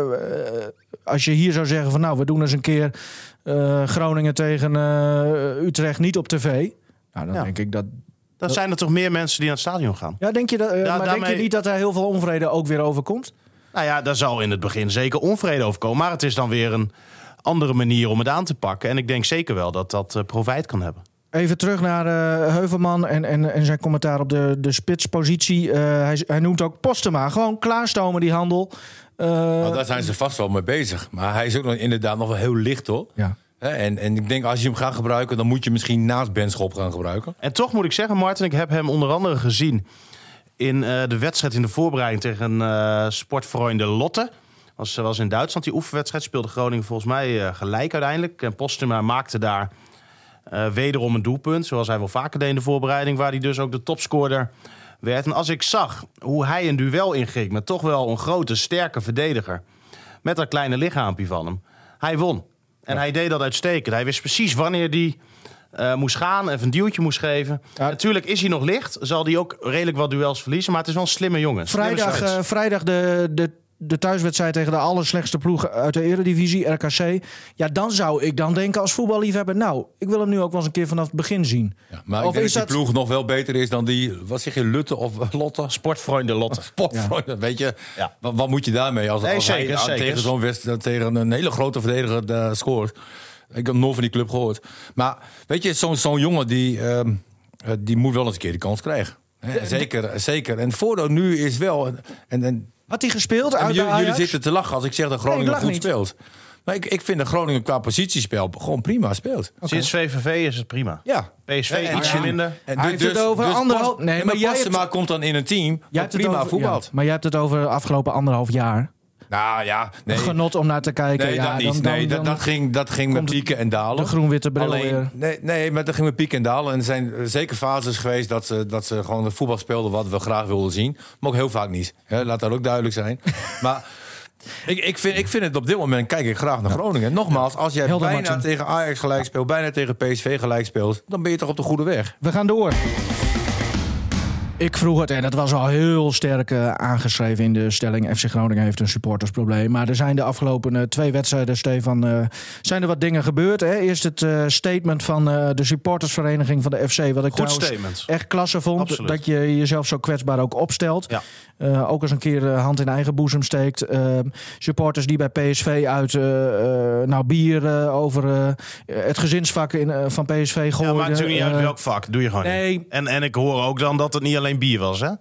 als je hier zou zeggen van nou, we doen eens een keer uh, Groningen tegen uh, Utrecht niet op tv. Nou, dan ja. denk ik dat... Dan zijn er toch meer mensen die naar het stadion gaan. Ja, denk je dat, uh, da- maar daarmee... denk je niet dat er heel veel onvrede ook weer overkomt? Nou ja, daar zal in het begin zeker onvrede over komen. Maar het is dan weer een andere manier om het aan te pakken. En ik denk zeker wel dat dat uh, profijt kan hebben. Even terug naar uh, Heuvelman en, en, en zijn commentaar op de, de spitspositie. Uh, hij, hij noemt ook Postema. Gewoon klaarstomen die handel. Uh, nou, daar zijn ze vast wel mee bezig. Maar hij is ook nog inderdaad nog wel heel licht, hoor. Ja. En, en ik denk, als je hem gaat gebruiken, dan moet je misschien naast Benschop gaan gebruiken. En toch moet ik zeggen, Martin, ik heb hem onder andere gezien in uh, de wedstrijd in de voorbereiding tegen uh, Sportfreunde Lotte. Was, was in Duitsland, die oefenwedstrijd. Speelde Groningen volgens mij uh, gelijk uiteindelijk. En Postema maakte daar uh, wederom een doelpunt. Zoals hij wel vaker deed in de voorbereiding. Waar hij dus ook de topscorer werd. En als ik zag hoe hij een duel inging met toch wel een grote, sterke verdediger. Met dat kleine lichaampje van hem. Hij won. En ja. hij deed dat uitstekend. Hij wist precies wanneer hij uh, moest gaan. Even een duwtje moest geven. Ja. Natuurlijk is hij nog licht. Zal hij ook redelijk wat duels verliezen. Maar het is wel een slimme jongen. Vrijdag, uh, vrijdag de... de... de thuiswedstrijd tegen de allerslechtste ploeg uit de Eredivisie, R K C. Ja, dan zou ik dan denken als voetballiefhebber, nou, ik wil hem nu ook wel eens een keer vanaf het begin zien. Ja, maar of ik denk is dat die ploeg nog wel beter is dan die, wat zeg je, Lutte of Lotte? Sportfreunde Lotte. Sportfreunde, ja. Weet je, ja. wat, wat moet je daarmee als, nee, als zeker, hij zeker. tegen zo'n wedstrijd, tegen een hele grote verdediger uh, scoort? Ik heb nooit van die club gehoord. Maar weet je, zo'n zo'n jongen die, uh, die moet wel eens een keer de kans krijgen. Hè? Zeker, zeker. En het voordeel nu is wel... En, en, Had hij gespeeld? Ja, jullie, jullie zitten te lachen als ik zeg dat Groningen nee, goed niet. speelt. Maar ik, ik vind dat Groningen qua positiespel gewoon prima speelt. Okay. Sinds V V V is het prima. Ja. P S V ja, ietsje ja. minder. En dus, dus, over dus anderhalf... Nee, maar Postema het... komt dan in een team dat prima over, voetbalt. Ja, maar jij hebt het over de afgelopen anderhalf jaar. Nou ja, nee. Genot om naar te kijken. Nee, ja, dat niet. Dan, dan, nee, dat, dat ging, dat ging met pieken en dalen. De groen-witte bril Alleen, weer. Nee, nee, maar dat ging met pieken en dalen. En er zijn zeker fases geweest dat ze, dat ze gewoon het voetbal speelden wat we graag wilden zien. Maar ook heel vaak niet. He, laat dat ook duidelijk zijn. Maar ik, ik, vind, ik vind het op dit moment, kijk ik graag naar Groningen. Nogmaals, als jij Helder, bijna Martin. tegen Ajax gelijk speelt, bijna tegen P S V gelijk speelt, dan ben je toch op de goede weg. We gaan door. Ik vroeg het, en dat was al heel sterk uh, aangeschreven in de stelling. F C Groningen heeft een supportersprobleem. Maar er zijn de afgelopen uh, twee wedstrijden, Stefan, uh, zijn er wat dingen gebeurd. Hè? Eerst het uh, statement van uh, de supportersvereniging van de F C. Wat ik Goed trouwens statement. echt klasse vond. Absoluut. Dat je jezelf zo kwetsbaar ook opstelt. Ja. Uh, ook eens een keer uh, hand in eigen boezem steekt. Uh, supporters die bij P S V uit uh, uh, nou, bier uh, over uh, het gezinsvak in, uh, van P S V gooien. Ja, maakt natuurlijk niet uit welk vak. Doe je gewoon nee. niet. En, en ik hoor ook dan dat het niet alleen bier was, hè?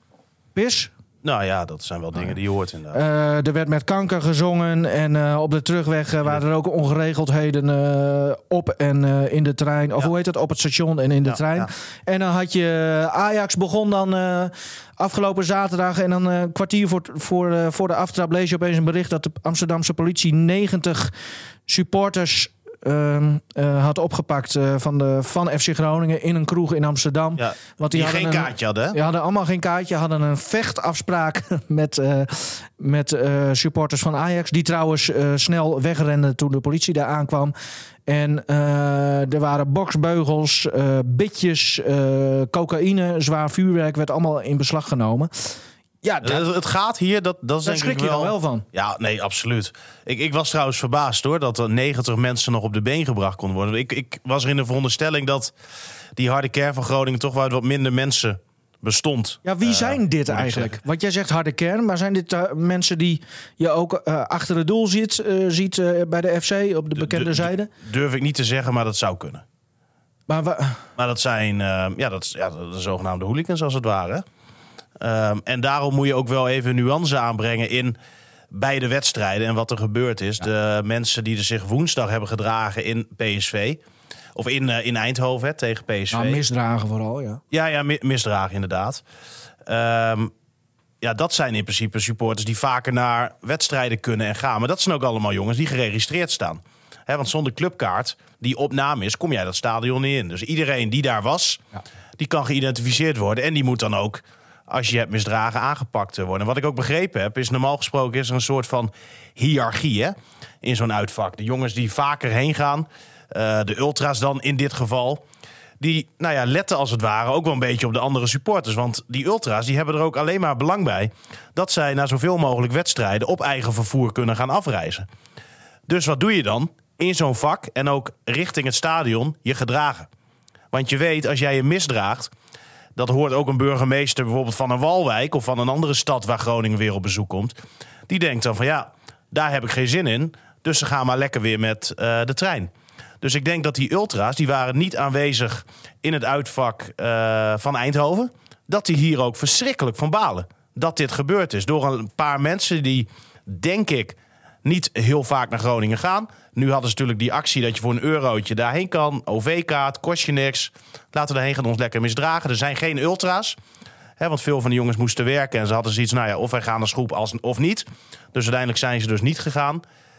Pis? Nou ja, dat zijn wel dingen oh ja. die je hoort inderdaad. Uh, er werd met kanker gezongen en uh, op de terugweg uh, waren er ook ongeregeldheden uh, op en uh, in de trein. Of ja. hoe heet het? Op het station en in de ja, trein. Ja. En dan had je Ajax begon dan uh, afgelopen zaterdag en dan een uh, kwartier voor, voor, uh, voor de aftrap lees je opeens een bericht dat de Amsterdamse politie negentig supporters Uh, uh, had opgepakt uh, van, de, van F C Groningen in een kroeg in Amsterdam. Ja, want die, die geen een, kaartje hadden. Die hadden allemaal geen kaartje. Hadden een vechtafspraak met, uh, met uh, supporters van Ajax. Die trouwens uh, snel wegrenden toen de politie daar aankwam. En uh, er waren boksbeugels, uh, bitjes, uh, cocaïne, zwaar vuurwerk. Werd allemaal in beslag genomen. Ja, dat, het gaat hier, dat, dat is daar denk schrik ik wel... je dan wel van. Ja, nee, absoluut. Ik, ik was trouwens verbaasd hoor, dat er negentig mensen nog op de been gebracht konden worden. Ik, ik was er in de veronderstelling dat die harde kern van Groningen toch wel wat minder mensen bestond. Ja, wie zijn uh, dit eigenlijk? Want jij zegt harde kern, maar zijn dit uh, mensen die je ook uh, achter het doel ziet, uh, ziet uh, bij de F C op de bekende de, de, zijde? Durf ik niet te zeggen, maar dat zou kunnen. Maar, wa- maar dat zijn uh, ja, dat, ja, de zogenaamde hooligans als het ware. Um, en daarom moet je ook wel even nuance aanbrengen in beide wedstrijden en wat er gebeurd is. Ja. De mensen die er zich woensdag hebben gedragen in P S V, of in, uh, in Eindhoven hè, tegen P S V. Nou, misdragen vooral, ja. Ja, ja, misdragen inderdaad. Um, ja, dat zijn in principe supporters die vaker naar wedstrijden kunnen en gaan. Maar dat zijn ook allemaal jongens die geregistreerd staan. He, want zonder clubkaart die op naam is, kom jij dat stadion niet in. Dus iedereen die daar was, ja. die kan geïdentificeerd worden. En die moet dan ook, als je hebt misdragen, aangepakt worden. En wat ik ook begrepen heb, is normaal gesproken is er een soort van hiërarchie hè, in zo'n uitvak. De jongens die vaker heen gaan, uh, de ultra's dan in dit geval, die nou ja, letten als het ware ook wel een beetje op de andere supporters. Want die ultra's die hebben er ook alleen maar belang bij dat zij naar zoveel mogelijk wedstrijden op eigen vervoer kunnen gaan afreizen. Dus wat doe je dan? In zo'n vak en ook richting het stadion je gedragen. Want je weet, als jij je misdraagt, dat hoort ook een burgemeester bijvoorbeeld van een Walwijk of van een andere stad waar Groningen weer op bezoek komt. Die denkt dan van ja, daar heb ik geen zin in. Dus ze gaan maar lekker weer met uh, de trein. Dus ik denk dat die ultra's, die waren niet aanwezig in het uitvak uh, van Eindhoven. Dat die hier ook verschrikkelijk van balen. Dat dit gebeurd is. Door een paar mensen die, denk ik, niet heel vaak naar Groningen gaan. Nu hadden ze natuurlijk die actie dat je voor een eurotje daarheen kan. O V-kaart, kost je niks. Laten we daarheen gaan, ons lekker misdragen. Er zijn geen ultra's. Hè, want veel van de jongens moesten werken. En ze hadden zoiets, nou ja, of wij gaan als groep als, of niet. Dus uiteindelijk zijn ze dus niet gegaan.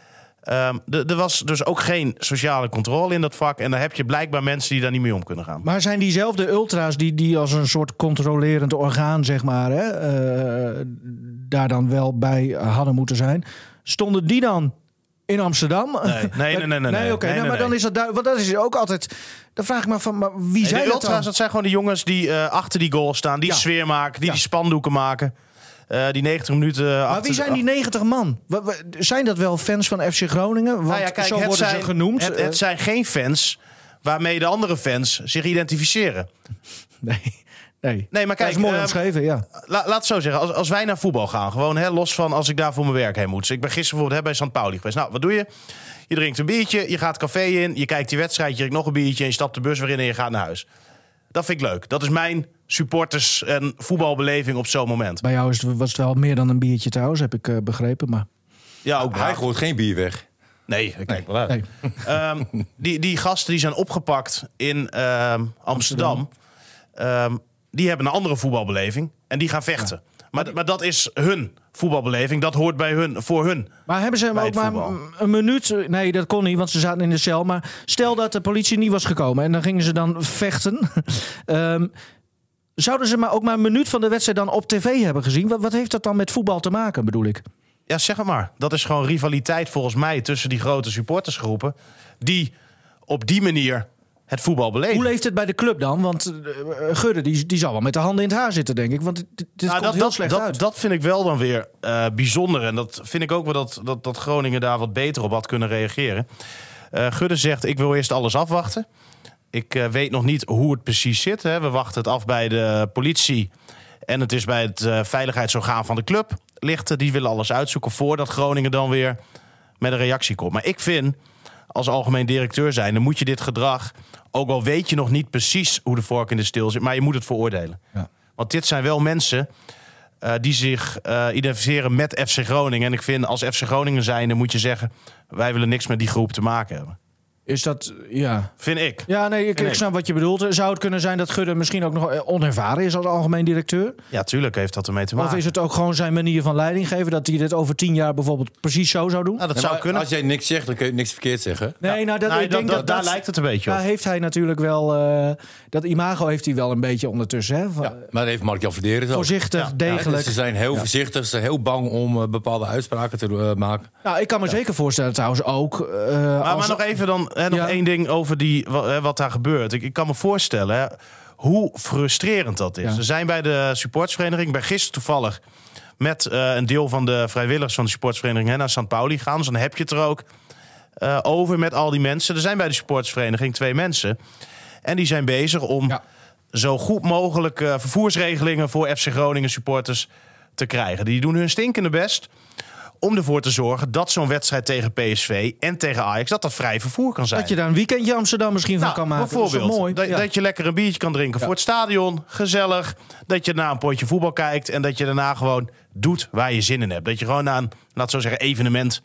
Um, er was dus ook geen sociale controle in dat vak. En dan heb je blijkbaar mensen die daar niet mee om kunnen gaan. Maar zijn diezelfde ultra's die, die als een soort controlerend orgaan, zeg maar, hè, uh, daar dan wel bij hadden moeten zijn, stonden die dan in Amsterdam? Nee, nee, nee. nee, nee, nee, nee, okay, nee, nou, maar nee. dan is dat duidelijk. Want dat is ook altijd. Dan vraag ik me van, maar wie nee, zijn de dat ultra's, dan? dat zijn gewoon de jongens die uh, achter die goal staan, die ja. sfeer maken, die ja. die spandoeken maken. Uh, die negentig minuten. Maar achter, wie zijn die negentig man? Zijn dat wel fans van F C Groningen? Want nou ja, kijk, zo het worden zijn, ze genoemd. Het, het zijn geen fans waarmee de andere fans zich identificeren. Nee. Nee, nee maar kijk, dat is mooi uh, omschreven, ja. La, laat het zo zeggen, als, als wij naar voetbal gaan, gewoon hè, los van als ik daar voor mijn werk heen moet. Dus ik ben gisteren bijvoorbeeld hè, bij Sankt Pauli geweest. Nou, wat doe je? Je drinkt een biertje, je gaat het café in, je kijkt die wedstrijd, je drinkt nog een biertje en je stapt de bus weer in en je gaat naar huis. Dat vind ik leuk. Dat is mijn supporters- en voetbalbeleving op zo'n moment. Bij jou is het, was het wel meer dan een biertje trouwens, heb ik uh, begrepen. Maar... Ja, ook hij gooit geen bier weg. Nee, ik kijk wel uit. Nee. Um, die, die gasten die zijn opgepakt in um, Amsterdam, Amsterdam. Um, die hebben een andere voetbalbeleving en die gaan vechten. Ja. Maar, maar dat is hun voetbalbeleving. Dat hoort bij hun, voor hun. Maar hebben ze hem ook maar een minuut... Nee, dat kon niet, want ze zaten in de cel. Maar stel dat de politie niet was gekomen en dan gingen ze dan vechten. um, zouden ze maar ook maar een minuut van de wedstrijd dan op tv hebben gezien? Wat, wat heeft dat dan met voetbal te maken, bedoel ik? Ja, zeg het maar. Dat is gewoon rivaliteit volgens mij tussen die grote supportersgroepen die op die manier het voetbal beleven. Hoe leeft het bij de club dan? Want uh, Gudde die, die zal wel met de handen in het haar zitten, denk ik. Want dit, dit nou, komt dat, heel dat, slecht dat, uit. Dat vind ik wel dan weer uh, bijzonder. En dat vind ik ook wel dat, dat, dat Groningen daar wat beter op had kunnen reageren. Uh, Gudde zegt, ik wil eerst alles afwachten. Ik uh, weet nog niet hoe het precies zit. Hè. We wachten het af bij de politie. En het is bij het uh, veiligheidsorgaan van de club. Lichten, die willen alles uitzoeken voordat Groningen dan weer met een reactie komt. Maar ik vind, als algemeen directeur zijn, dan moet je dit gedrag, ook al weet je nog niet precies hoe de vork in de steel zit, maar je moet het veroordelen. Ja. Want dit zijn wel mensen uh, die zich uh, identificeren met F C Groningen. En ik vind, als F C Groningen zijn, dan moet je zeggen, wij willen niks met die groep te maken hebben. Is dat, ja... Vind ik. Ja, nee, ik, ik snap wat je bedoelt. Zou het kunnen zijn dat Gudde misschien ook nog onervaren is als algemeen directeur? Ja, tuurlijk heeft dat ermee te maken. Of is het ook gewoon zijn manier van leiding geven, dat hij dit over tien jaar bijvoorbeeld precies zo zou doen? Nou, dat ja, zou kunnen. Als jij niks zegt, dan kun je niks verkeerd zeggen. Nee, nou, dat, nou, ik denk dat, dat, daar dat, lijkt het een beetje op. Daar heeft hij natuurlijk wel... Uh, dat imago heeft hij wel een beetje ondertussen. Hè? Van, ja, maar dat heeft Mark-Jan Verderes ook. Voorzichtig, ja. degelijk. Ja, ze zijn heel ja. voorzichtig, ze zijn heel bang om uh, bepaalde uitspraken te uh, maken. Nou, ik kan me ja. zeker voorstellen trouwens ook... Uh, maar, als... maar nog even dan, hè, nog ja. één ding over die, wat, wat daar gebeurt. Ik, ik kan me voorstellen hè, hoe frustrerend dat is. Ja. We zijn bij de supportersvereniging, bij gisteren toevallig met uh, een deel van de vrijwilligers van de supportersvereniging hè, naar Sankt Pauli gaan. Dus dan heb je het er ook uh, over met al die mensen. Er zijn bij de supportersvereniging twee mensen. En die zijn bezig om ja. zo goed mogelijk uh, vervoersregelingen voor F C Groningen supporters te krijgen. Die doen hun stinkende best om ervoor te zorgen dat zo'n wedstrijd tegen P S V en tegen Ajax, dat dat vrij vervoer kan zijn. Dat je daar een weekendje Amsterdam misschien nou, van kan maken. Bijvoorbeeld, dat, is mooi. Dat, ja. dat je lekker een biertje kan drinken ja. voor het stadion. Gezellig. Dat je na een potje voetbal kijkt. En dat je daarna gewoon doet waar je zin in hebt. Dat je gewoon naar een, laat zo zeggen, evenement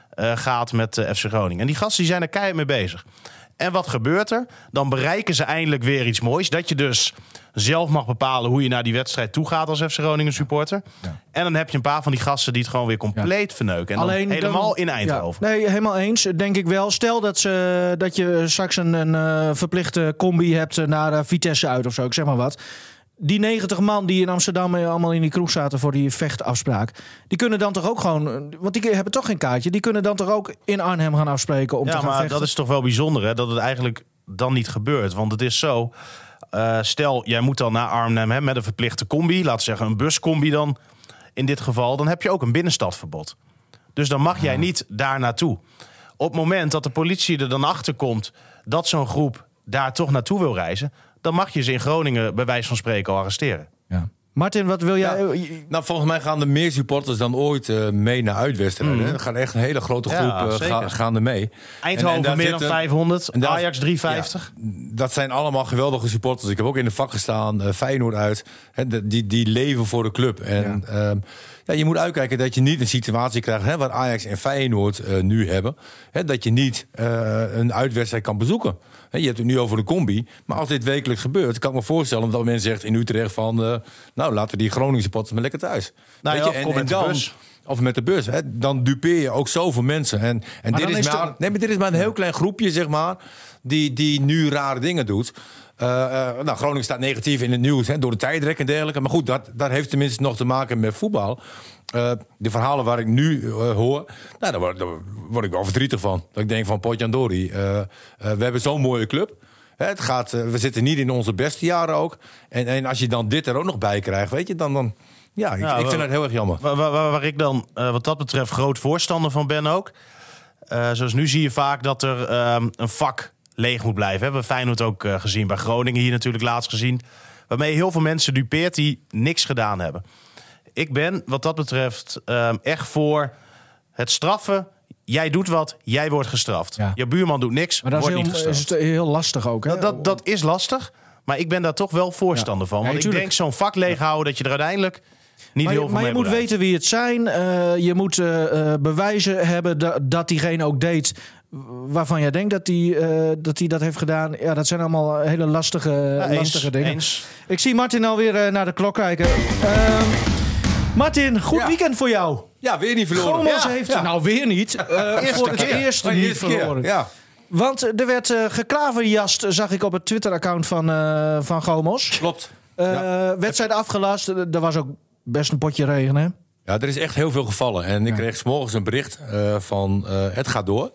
uh, gaat met uh, F C Groningen. En die gasten die zijn er keihard mee bezig. En wat gebeurt er? Dan bereiken ze eindelijk weer iets moois. Dat je dus zelf mag bepalen hoe je naar die wedstrijd toe gaat als F C Groningen supporter. Ja. En dan heb je een paar van die gasten die het gewoon weer compleet ja. verneuken. En Alleen dan helemaal dan, in Eindhoven. Ja, nee, helemaal eens. Denk ik wel. Stel dat, ze, dat je straks een, een uh, verplichte combi hebt naar uh, Vitesse uit of zo. Ik zeg maar wat. Die negentig man die in Amsterdam allemaal in die kroeg zaten voor die vechtafspraak. Die kunnen dan toch ook gewoon... Want die hebben toch geen kaartje. Die kunnen dan toch ook in Arnhem gaan afspreken om ja, te gaan maar vechten. Dat is toch wel bijzonder hè? Dat het eigenlijk dan niet gebeurt. Want het is zo... Uh, stel, jij moet dan naar Arnhem hè, met een verplichte combi. Laten we zeggen een buscombi dan in dit geval. Dan heb je ook een binnenstadverbod. Dus dan mag ja. jij niet daar naartoe. Op het moment dat de politie er dan achter komt dat zo'n groep daar toch naartoe wil reizen, dan mag je ze in Groningen bij wijze van spreken al arresteren. Ja. Martin, wat wil jij? Ja, nou, volgens mij gaan er meer supporters dan ooit uh, mee naar uitwedstrijden. Mm. Er gaan echt een hele grote groep ja, uh, ga, gaan er mee. Eindhoven en, en meer dan vijfhonderd, en Ajax driehonderdvijftig. Ja, dat zijn allemaal geweldige supporters. Ik heb ook in de vak gestaan, uh, Feyenoord uit. He, die, die leven voor de club. En ja. Um, ja, je moet uitkijken dat je niet een situatie krijgt hè, wat Ajax en Feyenoord uh, nu hebben. Hè, dat je niet uh, een uitwedstrijd kan bezoeken. Je hebt het nu over de combi. Maar als dit wekelijks gebeurt, kan ik me voorstellen dat men zegt in Utrecht van Uh, nou, laten we die Groningen supporters maar lekker thuis. Nou ja, Weet je? En, en dan, of met de bus. Hè, dan dupeer je ook zoveel mensen. En, en dit, is is maar, de... nee, maar dit is maar een heel klein groepje, zeg maar, die, die nu rare dingen doet. Uh, uh, nou, Groningen staat negatief in het nieuws hè, door de tijdrek en dergelijke. Maar goed, dat, dat heeft tenminste nog te maken met voetbal. Uh, de verhalen waar ik nu uh, hoor, nou, daar, word, daar word ik wel verdrietig van. Dat ik denk van Potjandori, uh, uh, we hebben zo'n mooie club. Hè, het gaat, uh, we zitten niet in onze beste jaren ook. En, en als je dan dit er ook nog bij krijgt, weet je, dan... dan ja, ik, ja, ik vind het heel erg jammer. Waar, waar, waar ik dan uh, wat dat betreft groot voorstander van ben ook. Uh, zoals nu zie je vaak dat er uh, een vak leeg moet blijven. We hebben Feyenoord ook uh, gezien, bij Groningen hier natuurlijk laatst gezien. Waarmee heel veel mensen dupeert die niks gedaan hebben. Ik ben wat dat betreft uh, echt voor het straffen. Jij doet wat, jij wordt gestraft. Ja. Je buurman doet niks, maar dat wordt is heel, niet gestraft. Is het heel lastig ook, hè? Dat, dat, dat is lastig, maar ik ben daar toch wel voorstander ja. van. Want ja, ik denk zo'n vak leeghouden dat je er uiteindelijk niet maar heel je, veel maar mee je moet weten wie het zijn. Uh, je moet uh, bewijzen hebben dat, dat diegene ook deed waarvan jij denkt dat hij uh, dat, dat heeft gedaan. Ja, dat zijn allemaal hele lastige, ja, lastige eens, dingen. Eens. Ik zie Martin alweer uh, naar de klok kijken. Uh, Martin, goed ja. weekend voor jou. Ja, weer niet verloren. Gomos ja, heeft ja. nou weer niet. Uh, voor het eerst niet eerste verloren. Ja. Want er werd uh, geklaverjast, zag ik op het Twitter-account van, uh, van Gomos. Klopt. Uh, ja. Wedstrijd afgelast. Er was ook best een potje regen, hè? Ja, er is echt heel veel gevallen. En ik ja. kreeg 's morgens een bericht uh, van uh, het gaat door.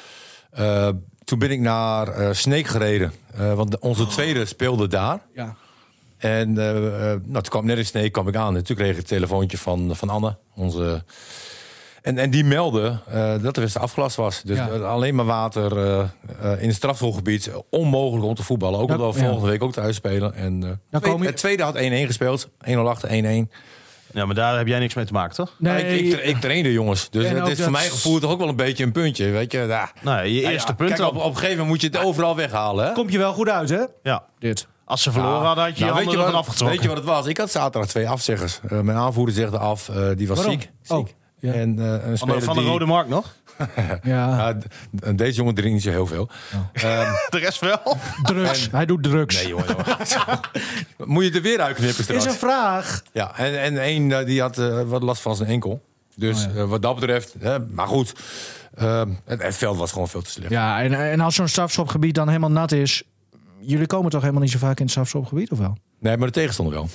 Uh, toen ben ik naar uh, Sneek gereden. Uh, want onze tweede speelde daar. Ja. En uh, uh, nou, toen kwam net in Sneek kwam ik aan. En toen kreeg ik het telefoontje van, van Anne. Onze... En, en die meldde uh, dat de wedstrijd afgelast was. Dus ja. alleen maar water uh, uh, in het strafschopgebied. Onmogelijk om te voetballen. Ook omdat we ja. volgende week ook thuis spelen. En, uh, tweede, je... Het tweede had één-één gespeeld. één nul achter, één-één. Ja, maar daar heb jij niks mee te maken, toch? Nee, nou, ik, ik, ik trainde, jongens. Dus het is voor mijn gevoel toch ook wel een beetje een puntje. Weet je, ja. Nou, je eerste ja, punt. Kijk, op, op een gegeven moment moet je het overal weghalen. Hè? Komt je wel goed uit, hè? Ja. Dit. Als ze verloren hadden, had je nou, je handen ervan afgetrokken. Weet je wat het was? Ik had zaterdag twee afzeggers. Uh, mijn aanvoerder zegde af, uh, die was Waarom? ziek. ziek. Oh. Ja. En, uh, een van de, van de die... Rode Markt nog? ja. ja. Deze jongen drinkt niet zo heel veel. Oh. Um, de rest wel? Drugs. En... Hij doet drugs. Nee, jongen. jongen. Moet je er weer uitknippen straks? Is een vraag. Ja, en, en één uh, die had uh, wat last van zijn enkel. Dus oh, ja. uh, wat dat betreft, hè, maar goed. Uh, het, het veld was gewoon veel te slecht. Ja, en, en als zo'n strafschopgebied dan helemaal nat is. Jullie komen toch helemaal niet zo vaak in het strafschopgebied, of wel? Nee, maar de tegenstander wel.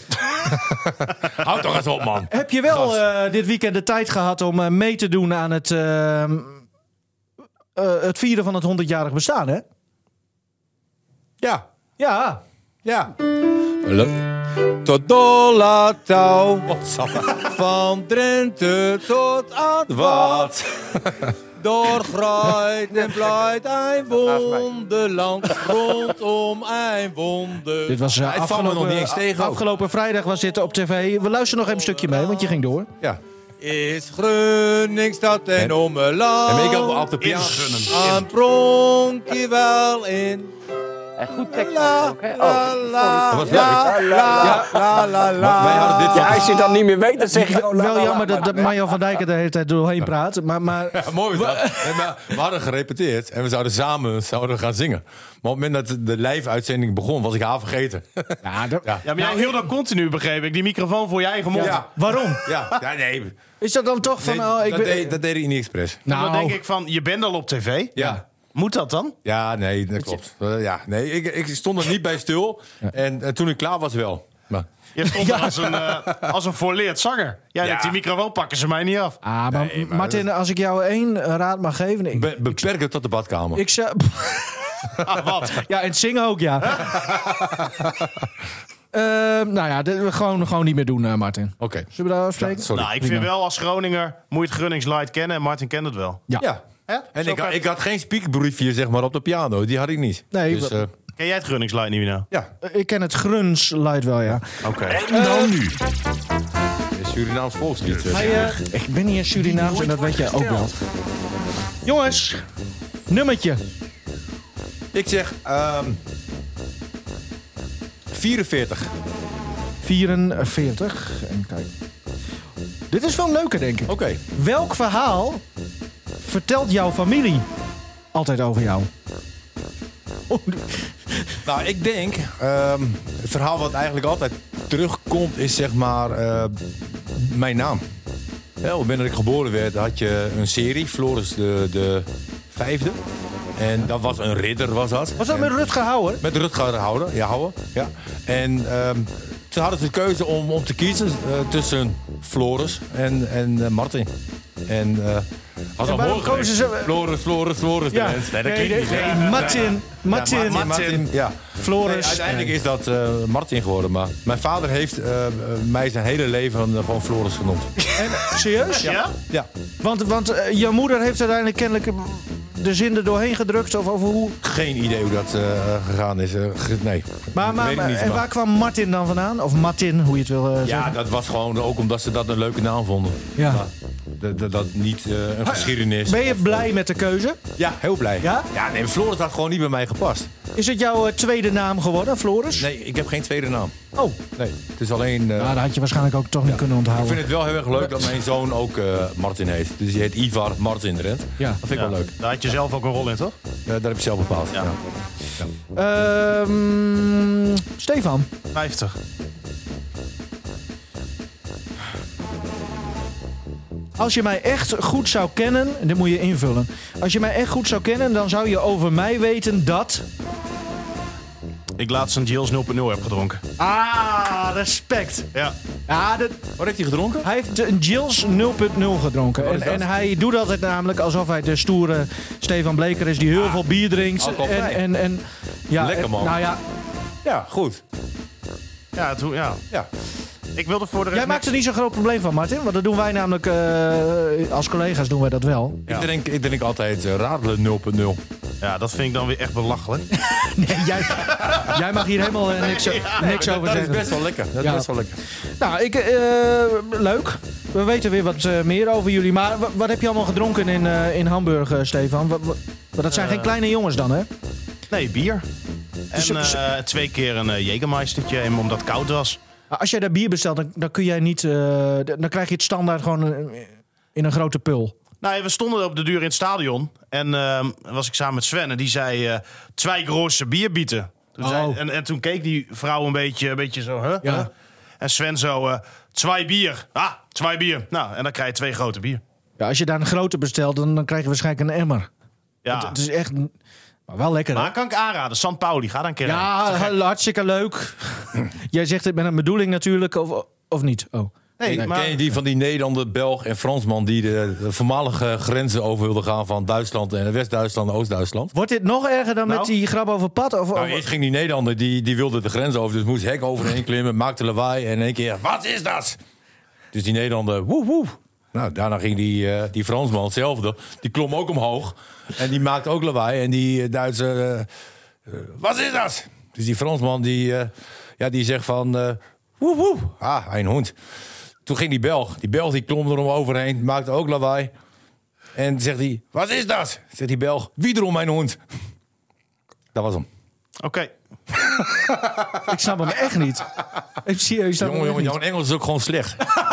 Houd toch eens op, man. Heb je wel uh, dit weekend de tijd gehad om uh, mee te doen aan het, uh, uh, het vieren van het honderdjarig bestaan, hè? Ja. Ja. Ja. Tot Dolla Touw. Van Drenthe tot aan wat. Doorgroeit en blijft een wonderland rondom een wonder. Dit was uh, ja, afgelopen, nog niet eens tegen afgelopen vrijdag was dit op tv. We luisteren nog even een stukje mee, want je ging door. Ja. Is Groningstad en ommeland. En ik heb op de piano. Aan pronk je wel in. En goed tekst ook, hè? Oh, Dat was leuk. Ja, Ja, wij hadden dit ja, als je dan niet meer weet, dan zeg je... Oh, la, wel la, la, jammer dat, la, dat la. Mario van Dijk er de hele tijd doorheen praat. Maar, maar Ja, mooi is dat. Nee, maar we hadden gerepeteerd en we zouden samen zouden gaan zingen. Maar op het moment dat de live-uitzending begon, was ik haar vergeten. ja, dat- Ja. Ja, maar jij hield dan continu, begreep ik, die microfoon voor je eigen mond. Ja. waarom? Ja, ja nee. Is dat dan toch van... Nee, oh, ik dat, ben- deed, dat deed ik niet expres. Nou, nou, dan denk ik van, je bent al op tv. Ja. Moet dat dan? Ja, nee, dat klopt. Uh, ja, nee, ik, ik stond er niet bij stil. En uh, toen ik klaar was wel. Maar, Je stond er als een, uh, als een volleerd zanger. Jij Ja. denkt, die microfoon pakken ze mij niet af. Ah, maar, Nee, maar Martin, als ik jou één eh, raad mag geven... Ik, be, beperk het tot de badkamer. ik zou... Ah, wat? Ja, en het zingen ook, ja. Eh, nou ja, dit, we gewoon, gewoon niet meer doen, uh, Martin. Oké. Zullen we daar afspreken? Ja, sorry. Nou, ik vind wel als Groninger, moet je het Grunnings Light kennen. En Martin kent het wel. Ja. Ja. Hè? En Zo ik, kan- had- ik had geen speakbriefje zeg maar, op de piano. Die had ik niet. Nee, dus, we- uh, Ken jij het Grunnings Light niet meer nou? ja, Ik ken het Gruns Light wel, ja. Oké. En dan nu. het Surinaams volkslied. uh. Hij, eh, ik ben hier Surinaams en dat weet je ook wel. Jongens, nummertje. Ik zeg ehm vierenveertig. vierenveertig. En kijk. Dit is wel leuker, denk ik. Oké. Welk verhaal vertelt jouw familie altijd over jou? Nou, ik denk, ehm, het verhaal wat eigenlijk altijd terugkomt is zeg maar eh, mijn naam. Ja, op het moment dat ik geboren werd had je een serie, Floris de, de vijfde. En dat was een ridder, was dat. Was dat En- met Rutger Hauer? Met Rutger Hauer, ja, Hauer, ja. En ehm, toen hadden ze de keuze om, om te kiezen eh, tussen Floris en, en eh, Martin. En eh als En al waarom hoor kozen geweest, ze- Floris, Floris, Floris. de mens. Nee, dat klinkt nee, niet. nee, Ja. Martin, Martin, Ja, Martin, Martin, ja. Floris. Nee, uiteindelijk is dat eh, Martin geworden. Maar mijn vader heeft eh, eh, mij zijn hele leven uh, gewoon Floris genoemd. En, serieus? Ja? Ja. Want, want eh, jouw moeder heeft uiteindelijk kennelijk eh, de zin er doorheen gedrukt of over hoe... Geen idee hoe dat eh, gegaan is. eh, ge- nee. Maar, maar, Weet ik niet, en maar- waar kwam Martin dan vandaan? Of Martin, hoe je het wil eh, Ja, zeggen. dat was gewoon ook omdat ze dat een leuke naam vonden. Ja. Maar dat, dat, dat niet eh, een geschiedenis. Ben je of- blij met de keuze? Ja, heel blij. Ja? Ja, nee, Floris had gewoon niet bij mij gepast. Is het jouw eh, tweede naam geworden, Floris? Nee, ik heb geen tweede naam. Oh, Nee, het is alleen... eh, nou, dat had je waarschijnlijk ook toch niet kunnen ik onthouden. vind het wel heel erg leuk dat mijn zoon ook eh, Martin heet. Dus die heet Ivar Martin Rent. Ja. Dat vind ik Ja. wel leuk. Daar had je zelf ook een rol in, toch? Uh, dat heb ik zelf bepaald. Ja. Ja. Ehm, Stefan, vijftig. als je mij echt goed zou kennen, en dit moet je invullen. Als je mij echt goed zou kennen, dan zou je over mij weten dat... Ik laatst een Jills nul punt nul heb gedronken. Ah, respect. Ja. Ja, dat, Wat heeft hij gedronken? hij heeft een Jills nul punt nul gedronken. Wat En, is dat? en hij doet altijd namelijk alsof hij de stoere Stefan Bleker is die heel veel bier drinkt. En, alcoholvrij. en, en, ja, Lekker, en- man. nou ja, Ja, goed. Ja, toen, ja. Ja. Ik wilde voor de jij rest maakt er niet zo'n groot probleem van, Martin. Want dat doen wij namelijk, eh, als collega's doen wij dat wel. Ik, drink, ik drink altijd uh, radelen nul punt nul. Ja, dat vind ik dan weer echt belachelijk. Nee, jij, jij mag hier helemaal eh, niks, niks over Dat is zeggen. best wel lekker. Dat is Ja. best wel lekker. Nou, ik, eh, leuk. We weten weer wat eh, meer over jullie. Maar wa- wat heb je allemaal gedronken in, eh, in Hamburg, eh, Stefan? Wa- wa- Maar dat zijn geen kleine jongens dan, hè? Nee, bier. Dus- En eh, twee keer een uh, Jägermeistertje, en omdat het koud was. Maar als jij daar bier bestelt, dan, dan kun jij niet... eh, dan krijg je het standaard gewoon eh, in een grote pul. Nou, we stonden op de duur in het stadion. En uh, was ik samen met Sven. En die zei, uh, twee grootste bier bieden. Toen Oh. zei, en, en toen keek die vrouw een beetje, een beetje zo, huh? Ja. Huh? En Sven zo, uh, twee bier. Ah, twee bier. Nou, en dan krijg je twee grote bier. Ja, als je daar een grote bestelt, dan, dan krijg je waarschijnlijk een emmer. Ja. Het, het is echt... Maar wel lekker, hè? Maar kan ik aanraden. Sant Pauli, ga daar een keer heen. Ja, hartstikke leuk. Jij zegt het met een bedoeling natuurlijk, of, of niet? Oh. Nee, Ken maar je die van die Nederlander, Belg en Fransman die de, de voormalige grenzen over wilden gaan van Duitsland en West-Duitsland en Oost-Duitsland? Wordt dit nog erger dan Nou? met die grap over pad? Of, Nou, of- eerst ging die Nederlander, die, die wilde de grens over, dus moest hek overheen klimmen, maakte lawaai en in één keer, wat is dat? Dus die Nederlander, woe woe. Nou, daarna ging die, uh, die Fransman hetzelfde, die klom ook omhoog en die maakte ook lawaai en die uh, Duitse, uh, uh, wat is dat? Dus die Fransman, die, uh, ja, die zegt van, uh, woe woe, ah, een hond. Toen ging die Belg, die Belg die klom er om overheen, maakte ook lawaai. En zegt hij, wat is dat? Zegt die Belg, wie erom mijn hond? Dat was hem. Oké. Okay. Ik snap hem echt niet. Ik zie je, jongen, jongen, jouw Engels is ook gewoon slecht.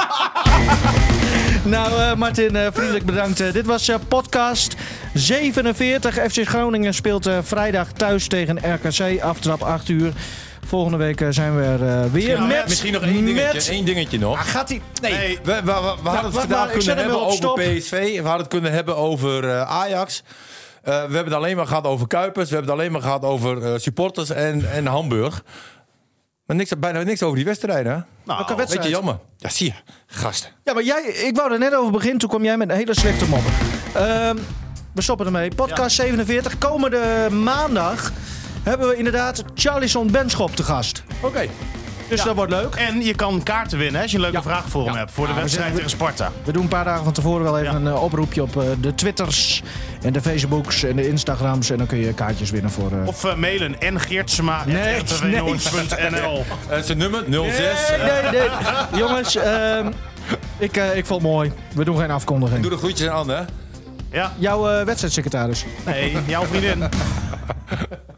Nou, uh, Martin, uh, vriendelijk bedankt. Uh, dit was uh, podcast zevenenveertig. F C Groningen speelt uh, vrijdag thuis tegen R K C. Aftrap acht uur. Volgende week uh, zijn we er uh, weer misschien, met... Misschien nog één dingetje, met, één dingetje nog. Ah, gaat hij... Nee, nee. We, we, we, we nou, hadden het vandaag kunnen hebben over stop. P S V. We hadden het kunnen hebben over uh, Ajax. Uh, we hebben het alleen maar gehad over Kuipers. We hebben het alleen maar gehad over uh, supporters en, en Hamburg. Maar niks, bijna niks over die wedstrijden, hè? Nou, Welke wedstrijd? Beetje jammer. Ja, zie je. Gasten. Ja, maar jij, ik wou er net over beginnen. Toen kwam jij met een hele slechte mop. Uh, we stoppen ermee. Podcast ja. zevenenveertig. Komende maandag hebben we inderdaad Charlison Benschop te gast. Oké. Okay. Dus ja. dat wordt leuk. En je kan kaarten winnen hè, als je een leuke ja. vraag voor ja. hem hebt. Voor ja, de wedstrijd we, tegen Sparta. We doen een paar dagen van tevoren wel even ja. een uh, oproepje op uh, de Twitters en de Facebooks en de Instagrams. En dan kun je kaartjes winnen voor... Uh... Of uh, mailen en Geertsema at r t v noord punt n l. Uh, zijn nummer nul zes. Nee, nee, nee. Jongens, uh, ik, uh, ik vond het mooi. We doen geen afkondiging. Doe de groetjes aan, hè? Ja. Jouw uh, wedstrijdsecretaris. Nee, jouw vriendin.